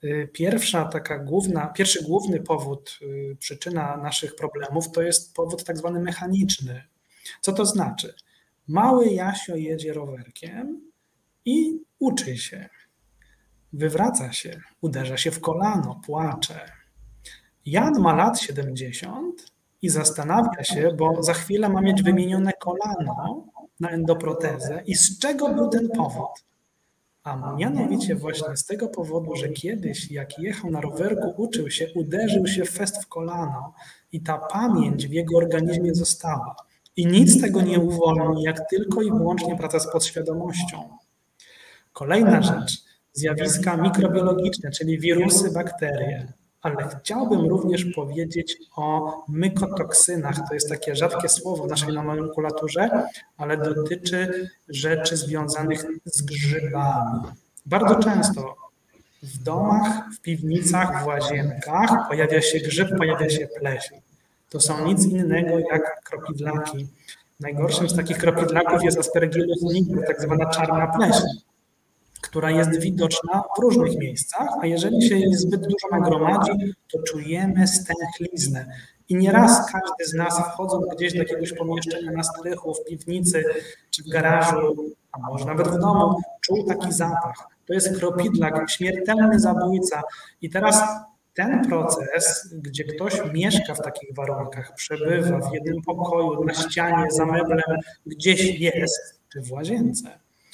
pierwszy główny powód, przyczyna naszych problemów to jest powód tak zwany mechaniczny. Co to znaczy? Mały Jasio jedzie rowerkiem i uczy się. Wywraca się, uderza się w kolano, płacze. Jan ma lat 70 i zastanawia się, bo za chwilę ma mieć wymienione kolano na endoprotezę i z czego był ten powód? A mianowicie właśnie z tego powodu, że kiedyś jak jechał na rowerku, uczył się, uderzył się fest w kolano i ta pamięć w jego organizmie została. I nic tego nie uwolni, jak tylko i wyłącznie praca z podświadomością. Kolejna rzecz, zjawiska mikrobiologiczne, czyli wirusy, bakterie. Ale chciałbym również powiedzieć o mykotoksynach. To jest takie rzadkie słowo w naszej nomenklaturze, ale dotyczy rzeczy związanych z grzybami. Bardzo często w domach, w piwnicach, w łazienkach pojawia się grzyb, pojawia się pleśń. To są nic innego jak kropidlaki. Najgorszym z takich kropidlaków jest Aspergillus niger, tak zwana czarna pleśń, która jest widoczna w różnych miejscach, a jeżeli się jej zbyt dużo nagromadzi, to czujemy stęchliznę. I nieraz każdy z nas, wchodząc gdzieś do jakiegoś pomieszczenia na strychu, w piwnicy czy w garażu, a może nawet w domu, czuł taki zapach. To jest kropidlak, śmiertelny zabójca. I teraz ten proces, gdzie ktoś mieszka w takich warunkach, przebywa w jednym pokoju, na ścianie, za meblem, gdzieś jest, czy w łazience,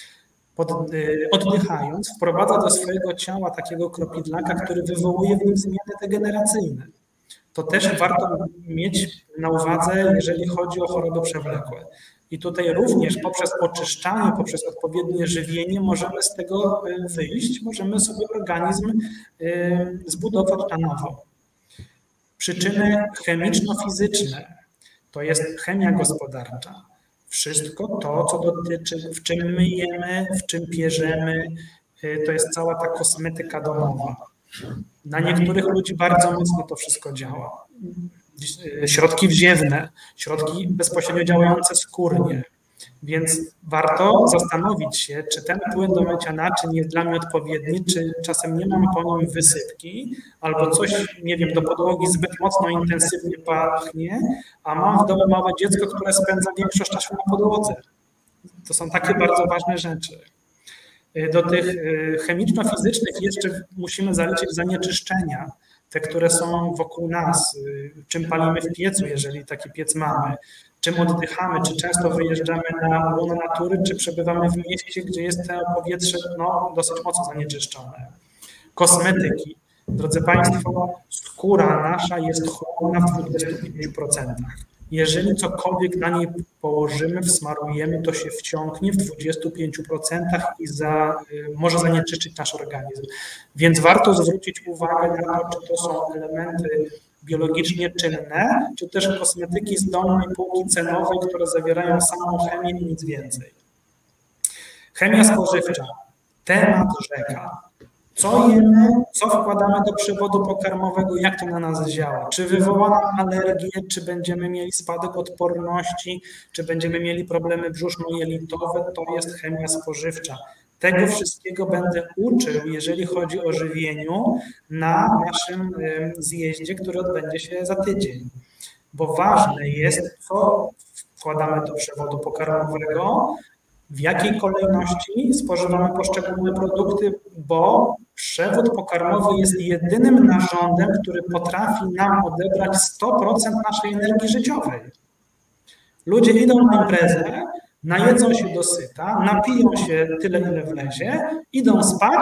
oddychając, wprowadza do swojego ciała takiego kropidlaka, który wywołuje w nim zmiany degeneracyjne. To też warto mieć na uwadze, jeżeli chodzi o choroby przewlekłe. I tutaj również poprzez oczyszczanie, poprzez odpowiednie żywienie możemy z tego wyjść, możemy sobie organizm zbudować na nowo. Przyczyny chemiczno-fizyczne to jest chemia gospodarcza. Wszystko to, co dotyczy, w czym myjemy, w czym pierzemy, to jest cała ta kosmetyka domowa. Na niektórych ludzi bardzo mocno to wszystko działa. Środki wziewne, środki bezpośrednio działające skórnie. Więc warto zastanowić się, czy ten płyn do mycia naczyń jest dla mnie odpowiedni, czy czasem nie mam po nim wysypki, albo coś, nie wiem, do podłogi zbyt mocno intensywnie pachnie, a mam w domu małe dziecko, które spędza większość czasu na podłodze. To są takie bardzo ważne rzeczy. Do tych chemiczno-fizycznych jeszcze musimy zaliczyć zanieczyszczenia, te, które są wokół nas, czym palimy w piecu, jeżeli taki piec mamy, czym oddychamy, czy często wyjeżdżamy na łono natury, czy przebywamy w mieście, gdzie jest to powietrze dosyć mocno zanieczyszczone. Kosmetyki. Drodzy Państwo, skóra nasza jest chłonna w 25%. Jeżeli cokolwiek na niej położymy, wsmarujemy, to się wciągnie w 25% i może zanieczyszczyć nasz organizm. Więc warto zwrócić uwagę na to, czy to są elementy biologicznie czynne, czy też kosmetyki z dolnej półki cenowej, które zawierają samą chemię i nic więcej. Chemia spożywcza. Temat rzeka. Co jemy, co wkładamy do przewodu pokarmowego, jak to na nas działa? Czy wywoła nam alergię, czy będziemy mieli spadek odporności, czy będziemy mieli problemy brzuszno-jelitowe? To jest chemia spożywcza. Tego wszystkiego będę uczył, jeżeli chodzi o żywieniu, na naszym zjeździe, który odbędzie się za tydzień. Bo ważne jest, co wkładamy do przewodu pokarmowego, w jakiej kolejności spożywamy poszczególne produkty, bo przewód pokarmowy jest jedynym narządem, który potrafi nam odebrać 100% naszej energii życiowej. Ludzie idą na imprezę, najedzą się dosyta, napiją się tyle, ile wlezie, idą spać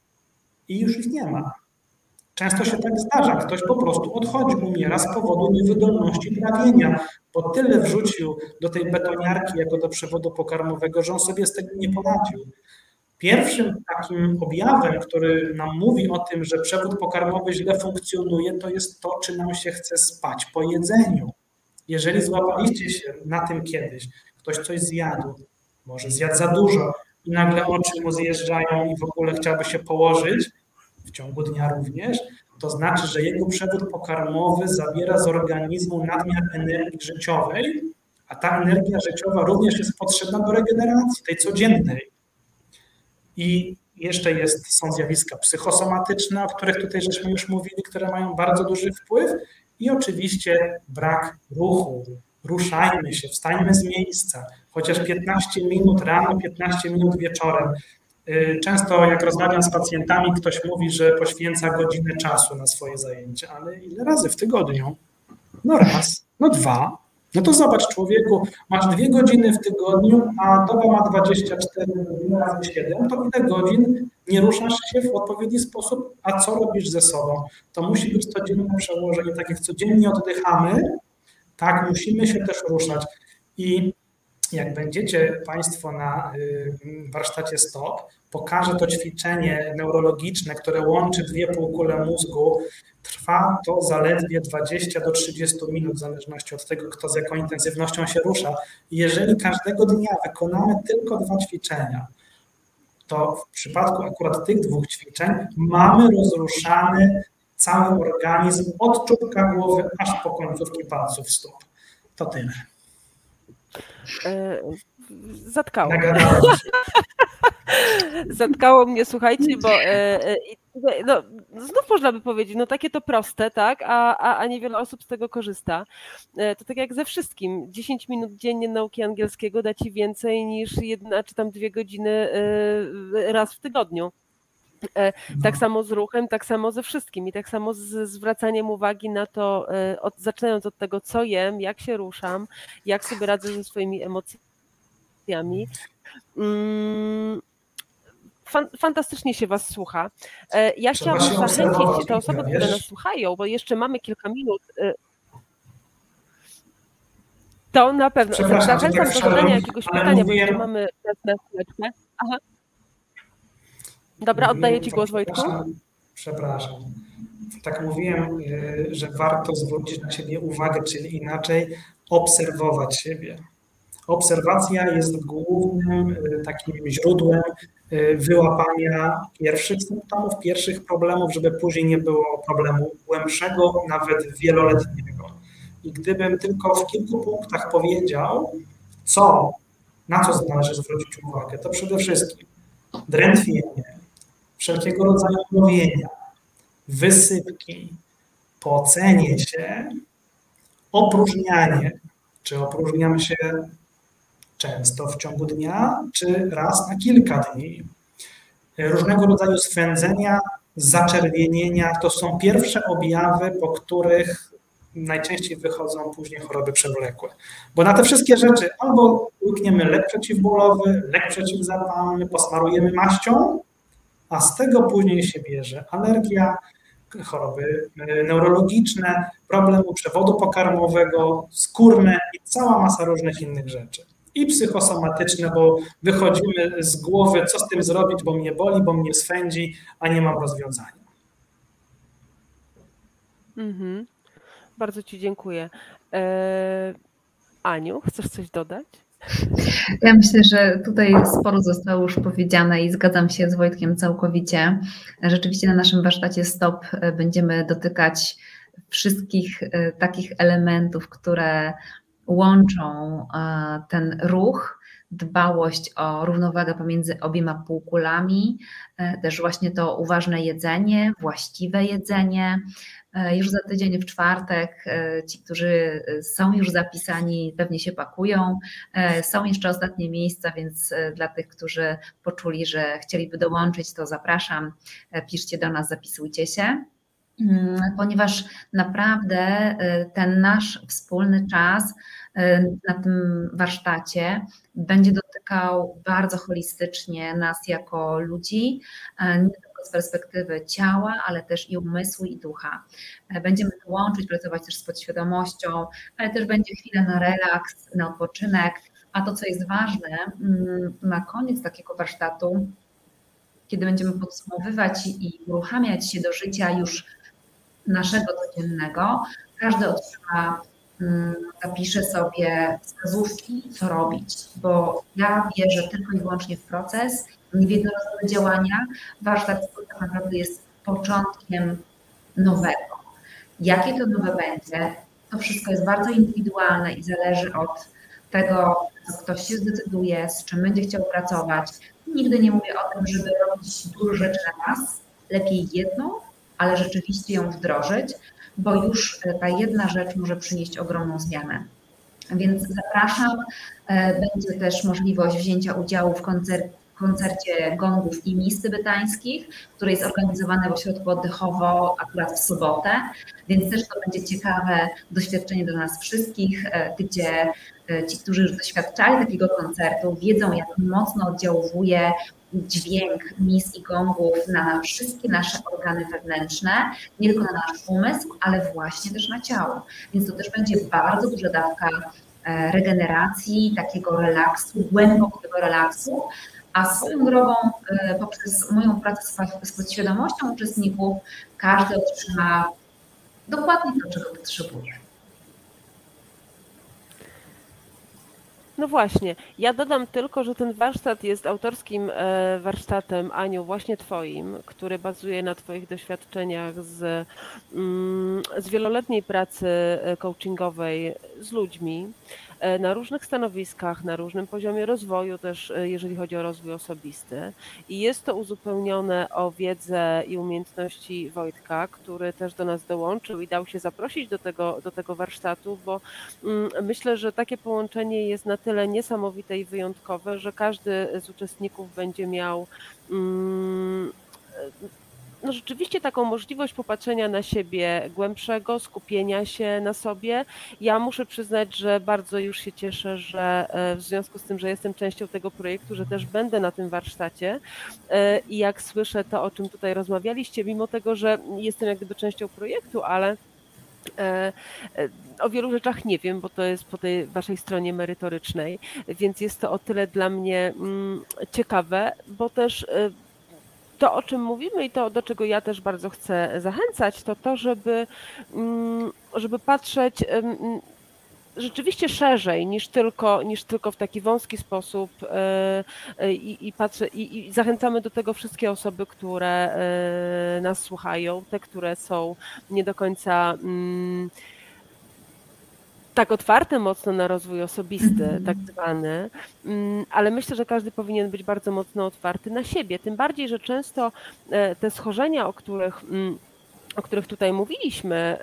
i już ich nie ma. Często się tak zdarza, ktoś po prostu odchodzi, umiera z powodu niewydolności trawienia, bo tyle wrzucił do tej betoniarki jako do przewodu pokarmowego, że on sobie z tego nie poradził. Pierwszym takim objawem, który nam mówi o tym, że przewód pokarmowy źle funkcjonuje, to jest to, czy nam się chce spać po jedzeniu. Jeżeli złapaliście się na tym kiedyś, ktoś coś zjadł, może zjadł za dużo i nagle oczy mu zjeżdżają i w ogóle chciałby się położyć, w ciągu dnia również, to znaczy, że jego przewód pokarmowy zabiera z organizmu nadmiar energii życiowej, a ta energia życiowa również jest potrzebna do regeneracji, tej codziennej. I jeszcze są zjawiska psychosomatyczne, o których tutaj żeśmy już mówili, które mają bardzo duży wpływ i oczywiście brak ruchu. Ruszajmy się, wstańmy z miejsca, chociaż 15 minut rano, 15 minut wieczorem. Często jak rozmawiam z pacjentami, ktoś mówi, że poświęca godzinę czasu na swoje zajęcia, ale ile razy w tygodniu? No raz, no dwa. No to zobacz, człowieku, masz 2 godziny w tygodniu, a doba ma 24 godziny razy 7, to ile godzin nie ruszasz się w odpowiedni sposób, a co robisz ze sobą? To musi być codzienne przełożenie, tak jak codziennie oddychamy, tak musimy się też ruszać. I jak będziecie Państwo na warsztacie STOP, pokażę to ćwiczenie neurologiczne, które łączy 2 półkule mózgu. Trwa to zaledwie 20 do 30 minut, w zależności od tego, kto z jaką intensywnością się rusza. Jeżeli każdego dnia wykonamy tylko 2 ćwiczenia, to w przypadku akurat tych 2 ćwiczeń mamy rozruszany cały organizm od czubka głowy aż po końcówki palców stóp. To tyle. Zatkało. Zatkało mnie, słuchajcie, bo no, znów można by powiedzieć, no takie to proste, tak, a niewiele osób z tego korzysta. To tak jak ze wszystkim, 10 minut dziennie nauki angielskiego da ci więcej niż 1 czy tam 2 godziny raz w tygodniu. Tak samo z ruchem, tak samo ze wszystkim i tak samo z zwracaniem uwagi na to, zaczynając od tego, co jem, jak się ruszam, jak sobie radzę ze swoimi emocjami. Fantastycznie się Was słucha. Ja chciałabym zachęcić te osoby, które nas słuchają, bo jeszcze mamy kilka minut. To na pewno. Zachęcam do zadania jakiegoś pytania, bo jeszcze mamy czas na chwileczkę. Aha. Dobra, oddaję Ci głos, Wojtku. Przepraszam. Tak mówiłem, że warto zwrócić na siebie uwagę, czyli inaczej obserwować siebie. Obserwacja jest głównym takim źródłem wyłapania pierwszych symptomów, pierwszych problemów, żeby później nie było problemu głębszego, nawet wieloletniego. I gdybym tylko w kilku punktach powiedział, na co należy zwrócić uwagę, to przede wszystkim drętwienie, wszelkiego rodzaju mrowienia, wysypki, pocenie się, opróżnianie. Czy opróżniamy się często w ciągu dnia, czy raz na kilka dni. Różnego rodzaju swędzenia, zaczerwienienia to są pierwsze objawy, po których najczęściej wychodzą później choroby przewlekłe. Bo na te wszystkie rzeczy albo łykniemy lek przeciwbólowy, lek przeciwzapalny, posmarujemy maścią, a z tego później się bierze alergia, choroby neurologiczne, problemu przewodu pokarmowego, skórne i cała masa różnych innych rzeczy. I psychosomatyczne, bo wychodzimy z głowy, co z tym zrobić, bo mnie boli, bo mnie swędzi, a nie mam rozwiązania. Bardzo Ci dziękuję. Aniu, chcesz coś dodać? Ja myślę, że tutaj sporo zostało już powiedziane i zgadzam się z Wojtkiem całkowicie. Rzeczywiście na naszym warsztacie STOP będziemy dotykać wszystkich takich elementów, które łączą ten ruch, dbałość o równowagę pomiędzy obiema półkulami, też właśnie to uważne jedzenie, właściwe jedzenie. Już za tydzień w czwartek ci, którzy są już zapisani, pewnie się pakują. Są jeszcze ostatnie miejsca, więc dla tych, którzy poczuli, że chcieliby dołączyć, to zapraszam, piszcie do nas, zapisujcie się. Ponieważ naprawdę ten nasz wspólny czas na tym warsztacie będzie dotykał bardzo holistycznie nas jako ludzi, nie tylko z perspektywy ciała, ale też i umysłu i ducha. Będziemy to łączyć, pracować też z podświadomością, ale też będzie chwila na relaks, na odpoczynek, a to, co jest ważne, na koniec takiego warsztatu, kiedy będziemy podsumowywać i uruchamiać się do życia już naszego codziennego, każdy otrzyma, zapisze sobie wskazówki, co robić, bo ja wierzę tylko i wyłącznie w proces, nie w jednorazowe działania. Warsztat tak naprawdę jest początkiem nowego. Jakie to nowe będzie, to wszystko jest bardzo indywidualne i zależy od tego, co ktoś się zdecyduje, z czym będzie chciał pracować. Nigdy nie mówię o tym, żeby robić dużo rzeczy na raz, lepiej jedną, ale rzeczywiście ją wdrożyć, bo już ta jedna rzecz może przynieść ogromną zmianę. Więc zapraszam. Będzie też możliwość wzięcia udziału w koncercie gongów i mis tybetańskich, który jest organizowany w ośrodku oddechowo akurat w sobotę, więc też to będzie ciekawe doświadczenie dla nas wszystkich, gdzie ci, którzy już doświadczali takiego koncertu, wiedzą, jak mocno oddziałuje dźwięk mis i gongów na wszystkie nasze organy wewnętrzne, nie tylko na nasz umysł, ale właśnie też na ciało. Więc to też będzie bardzo duża dawka regeneracji, takiego relaksu, głębokiego relaksu, a swoją drogą poprzez moją pracę z podświadomością uczestników każdy otrzyma dokładnie to, czego potrzebuje. No właśnie, ja dodam tylko, że ten warsztat jest autorskim warsztatem, Aniu, właśnie Twoim, który bazuje na Twoich doświadczeniach z wieloletniej pracy coachingowej z ludźmi na różnych stanowiskach, na różnym poziomie rozwoju też, jeżeli chodzi o rozwój osobisty. I jest to uzupełnione o wiedzę i umiejętności Wojtka, który też do nas dołączył i dał się zaprosić do tego warsztatu, bo myślę, że takie połączenie jest na tyle niesamowite i wyjątkowe, że każdy z uczestników będzie miał no rzeczywiście taką możliwość popatrzenia na siebie głębszego, skupienia się na sobie. Ja muszę przyznać, że bardzo już się cieszę, że w związku z tym, że jestem częścią tego projektu, że też będę na tym warsztacie i jak słyszę to, o czym tutaj rozmawialiście, mimo tego, że jestem jak gdyby częścią projektu, ale o wielu rzeczach nie wiem, bo to jest po tej waszej stronie merytorycznej, więc jest to o tyle dla mnie ciekawe, bo też to, o czym mówimy i to, do czego ja też bardzo chcę zachęcać, to to, żeby patrzeć rzeczywiście szerzej niż tylko w taki wąski sposób i zachęcamy do tego wszystkie osoby, które nas słuchają, te, które są nie do końca tak otwarte mocno na rozwój osobisty, tak zwany, ale myślę, że każdy powinien być bardzo mocno otwarty na siebie, tym bardziej, że często te schorzenia, o których tutaj mówiliśmy,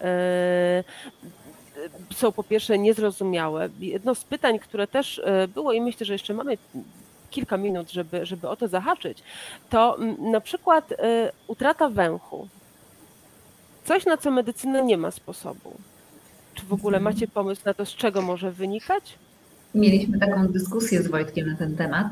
są po pierwsze niezrozumiałe. Jedno z pytań, które też było i myślę, że jeszcze mamy kilka minut, żeby o to zahaczyć, to na przykład utrata węchu. Coś, na co medycyna nie ma sposobu. Czy w ogóle macie pomysł na to, z czego może wynikać? Mieliśmy taką dyskusję z Wojtkiem na ten temat,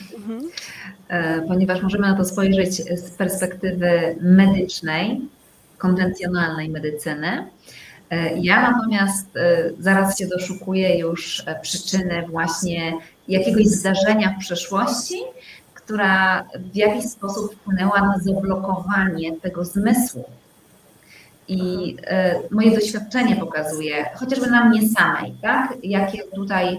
ponieważ możemy na to spojrzeć z perspektywy medycznej, konwencjonalnej medycyny. Ja natomiast zaraz się doszukuję już przyczyny właśnie jakiegoś zdarzenia w przeszłości, która w jakiś sposób wpłynęła na zablokowanie tego zmysłu. I moje doświadczenie pokazuje, chociażby na mnie samej, tak? Jakie tutaj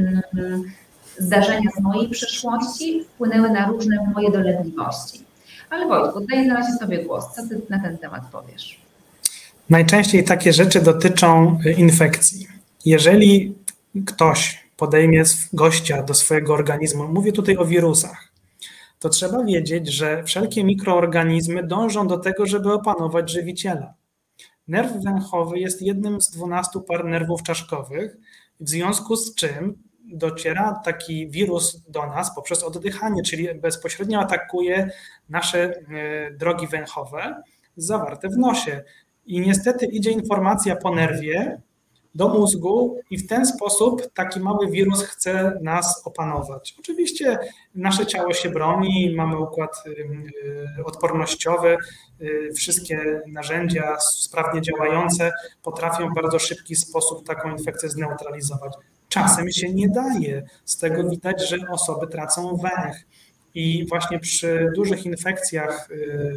zdarzenia z mojej przeszłości wpłynęły na różne moje dolegliwości. Ale Wojtku, daję na razie Tobie głos. Co Ty na ten temat powiesz? Najczęściej takie rzeczy dotyczą infekcji. Jeżeli ktoś podejmie gościa do swojego organizmu, mówię tutaj o wirusach, to trzeba wiedzieć, że wszelkie mikroorganizmy dążą do tego, żeby opanować żywiciela. Nerw węchowy jest jednym z 12 par nerwów czaszkowych, w związku z czym dociera taki wirus do nas poprzez oddychanie, czyli bezpośrednio atakuje nasze drogi węchowe zawarte w nosie. I niestety idzie informacja po nerwie do mózgu i w ten sposób taki mały wirus chce nas opanować. Oczywiście nasze ciało się broni, mamy układ odpornościowy, wszystkie narzędzia sprawnie działające potrafią w bardzo szybki sposób taką infekcję zneutralizować. Czasem się nie daje, z tego widać, że osoby tracą węch i właśnie przy dużych infekcjach,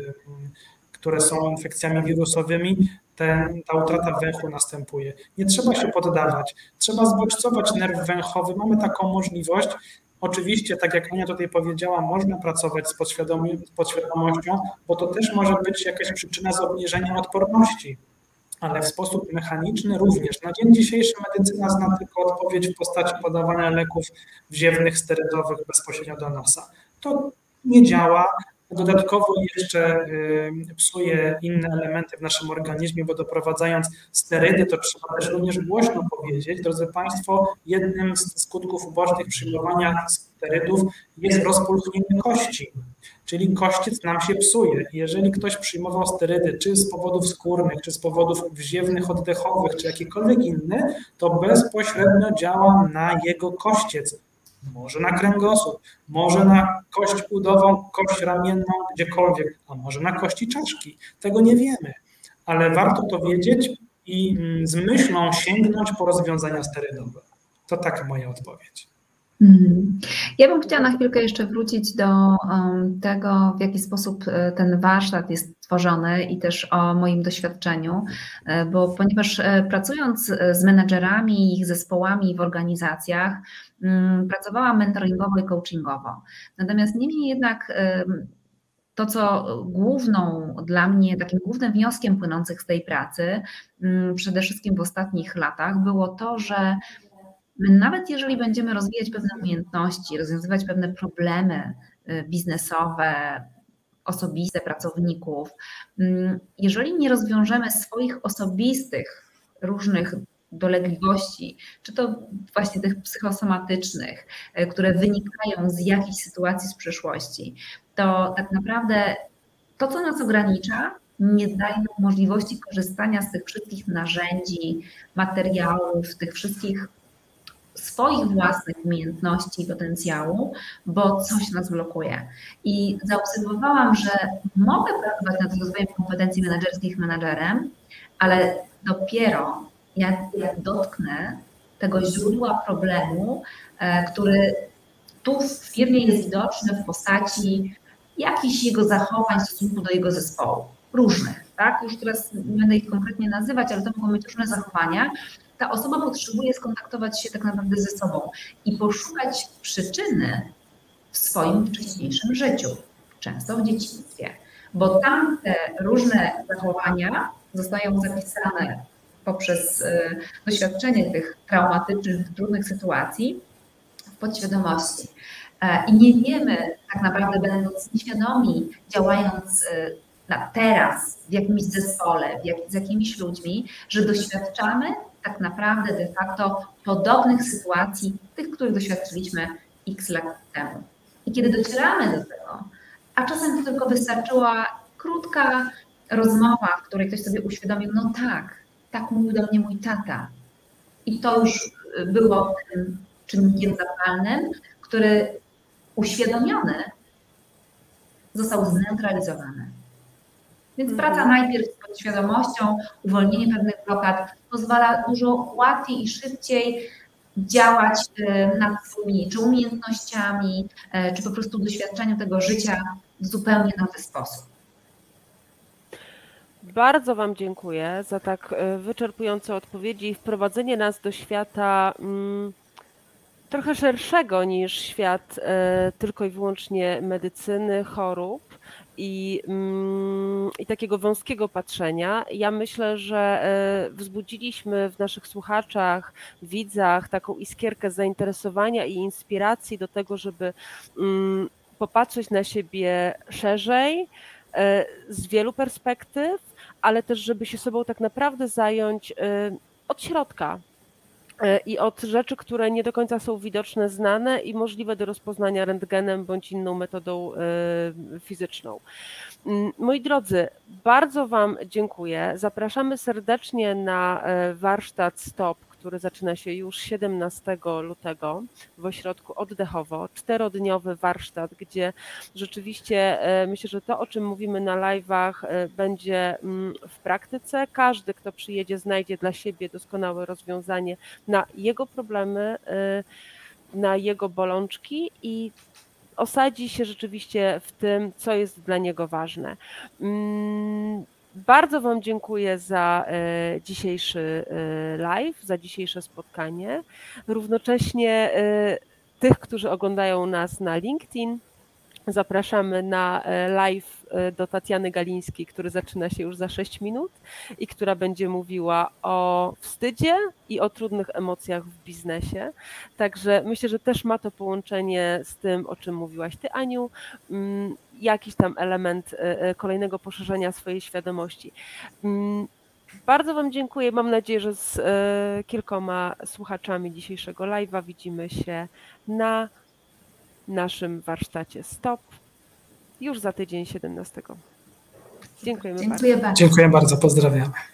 które są infekcjami wirusowymi, ta utrata węchu następuje. Nie trzeba się poddawać, trzeba zbodźcować nerw węchowy. Mamy taką możliwość. Oczywiście, tak jak Ania tutaj powiedziała, można pracować z podświadomością, bo to też może być jakaś przyczyna obniżenia odporności, ale w sposób mechaniczny również. Na dzień dzisiejszy medycyna zna tylko odpowiedź w postaci podawania leków wziewnych, sterydowych bezpośrednio do nosa. To nie działa. dodatkowo jeszcze psuje inne elementy w naszym organizmie, bo doprowadzając sterydy, to trzeba też również głośno powiedzieć, drodzy Państwo, jednym z skutków ubocznych przyjmowania sterydów jest rozpulchnienie kości, czyli kościec nam się psuje. Jeżeli ktoś przyjmował sterydy, czy z powodów skórnych, czy z powodów wziewnych, oddechowych, czy jakikolwiek inny, to bezpośrednio działa na jego kościec. Może na kręgosłup, może na kość udową, kość ramienną, gdziekolwiek, a może na kości czaszki. Tego nie wiemy, ale warto to wiedzieć i z myślą sięgnąć po rozwiązania sterydowe. To taka moja odpowiedź. Ja bym chciała na chwilkę jeszcze wrócić do tego, w jaki sposób ten warsztat jest tworzony i też o moim doświadczeniu, bo ponieważ pracując z menedżerami i ich zespołami w organizacjach, pracowałam mentoringowo i coachingowo. Natomiast niemniej jednak to, co dla mnie, takim głównym wnioskiem płynących z tej pracy, przede wszystkim w ostatnich latach, było to, że my nawet jeżeli będziemy rozwijać pewne umiejętności, rozwiązywać pewne problemy biznesowe, osobiste pracowników, jeżeli nie rozwiążemy swoich osobistych różnych dolegliwości, czy to właśnie tych psychosomatycznych, które wynikają z jakichś sytuacji z przeszłości, to tak naprawdę to, co nas ogranicza, nie daje nam możliwości korzystania z tych wszystkich narzędzi, materiałów, tych wszystkich swoich własnych umiejętności i potencjału, bo coś nas blokuje. I zaobserwowałam, że mogę pracować nad rozwojem kompetencji menedżerskich menedżerem, ale dopiero jak dotknę tego źródła problemu, który tu w firmie jest widoczny w postaci jakichś jego zachowań w stosunku do jego zespołu. Różnych, tak? Już teraz nie będę ich konkretnie nazywać, ale to mogą być różne zachowania. Ta osoba potrzebuje skontaktować się tak naprawdę ze sobą i poszukać przyczyny w swoim wcześniejszym życiu, często w dzieciństwie, bo tam te różne zachowania zostają zapisane poprzez doświadczenie tych traumatycznych, trudnych sytuacji w podświadomości. I nie wiemy tak naprawdę, będąc nieświadomi, działając teraz w jakimś zespole, z jakimiś ludźmi, że doświadczamy tak naprawdę de facto podobnych sytuacji, tych, których doświadczyliśmy x lat temu. I kiedy docieramy do tego, a czasem to tylko wystarczyła krótka rozmowa, w której ktoś sobie uświadomił, no tak mówił do mnie mój tata. I to już było tym czynnikiem zapalnym, który uświadomiony został zneutralizowany. Więc praca najpierw z podświadomością, uwolnienie pewnych blokad pozwala dużo łatwiej i szybciej działać nad swoimi czy umiejętnościami, czy po prostu doświadczeniu tego życia w zupełnie nowy sposób. Bardzo Wam dziękuję za tak wyczerpujące odpowiedzi i wprowadzenie nas do świata trochę szerszego niż świat tylko i wyłącznie medycyny, chorób i takiego wąskiego patrzenia. Ja myślę, że wzbudziliśmy w naszych słuchaczach, widzach taką iskierkę zainteresowania i inspiracji do tego, żeby popatrzeć na siebie szerzej, z wielu perspektyw, ale też żeby się sobą tak naprawdę zająć od środka i od rzeczy, które nie do końca są widoczne, znane i możliwe do rozpoznania rentgenem bądź inną metodą fizyczną. Moi drodzy, bardzo Wam dziękuję. Zapraszamy serdecznie na warsztat STOP, który zaczyna się już 17 lutego w ośrodku Oddechowo. 4-dniowy warsztat, gdzie rzeczywiście myślę, że to, o czym mówimy na live'ach, będzie w praktyce. Każdy, kto przyjedzie, znajdzie dla siebie doskonałe rozwiązanie na jego problemy, na jego bolączki i osadzi się rzeczywiście w tym, co jest dla niego ważne. Bardzo Wam dziękuję za dzisiejszy live, za dzisiejsze spotkanie. Równocześnie tych, którzy oglądają nas na LinkedIn, zapraszamy na live do Tatiany Galińskiej, który zaczyna się już za 6 minut i która będzie mówiła o wstydzie i o trudnych emocjach w biznesie. Także myślę, że też ma to połączenie z tym, o czym mówiłaś Ty, Aniu. jakiś tam element kolejnego poszerzenia swojej świadomości. Bardzo Wam dziękuję. Mam nadzieję, że z kilkoma słuchaczami dzisiejszego live'a widzimy się na naszym warsztacie STOP już za tydzień 17. Dziękujemy bardzo. Dziękuję bardzo. Dziękuję bardzo, pozdrawiamy.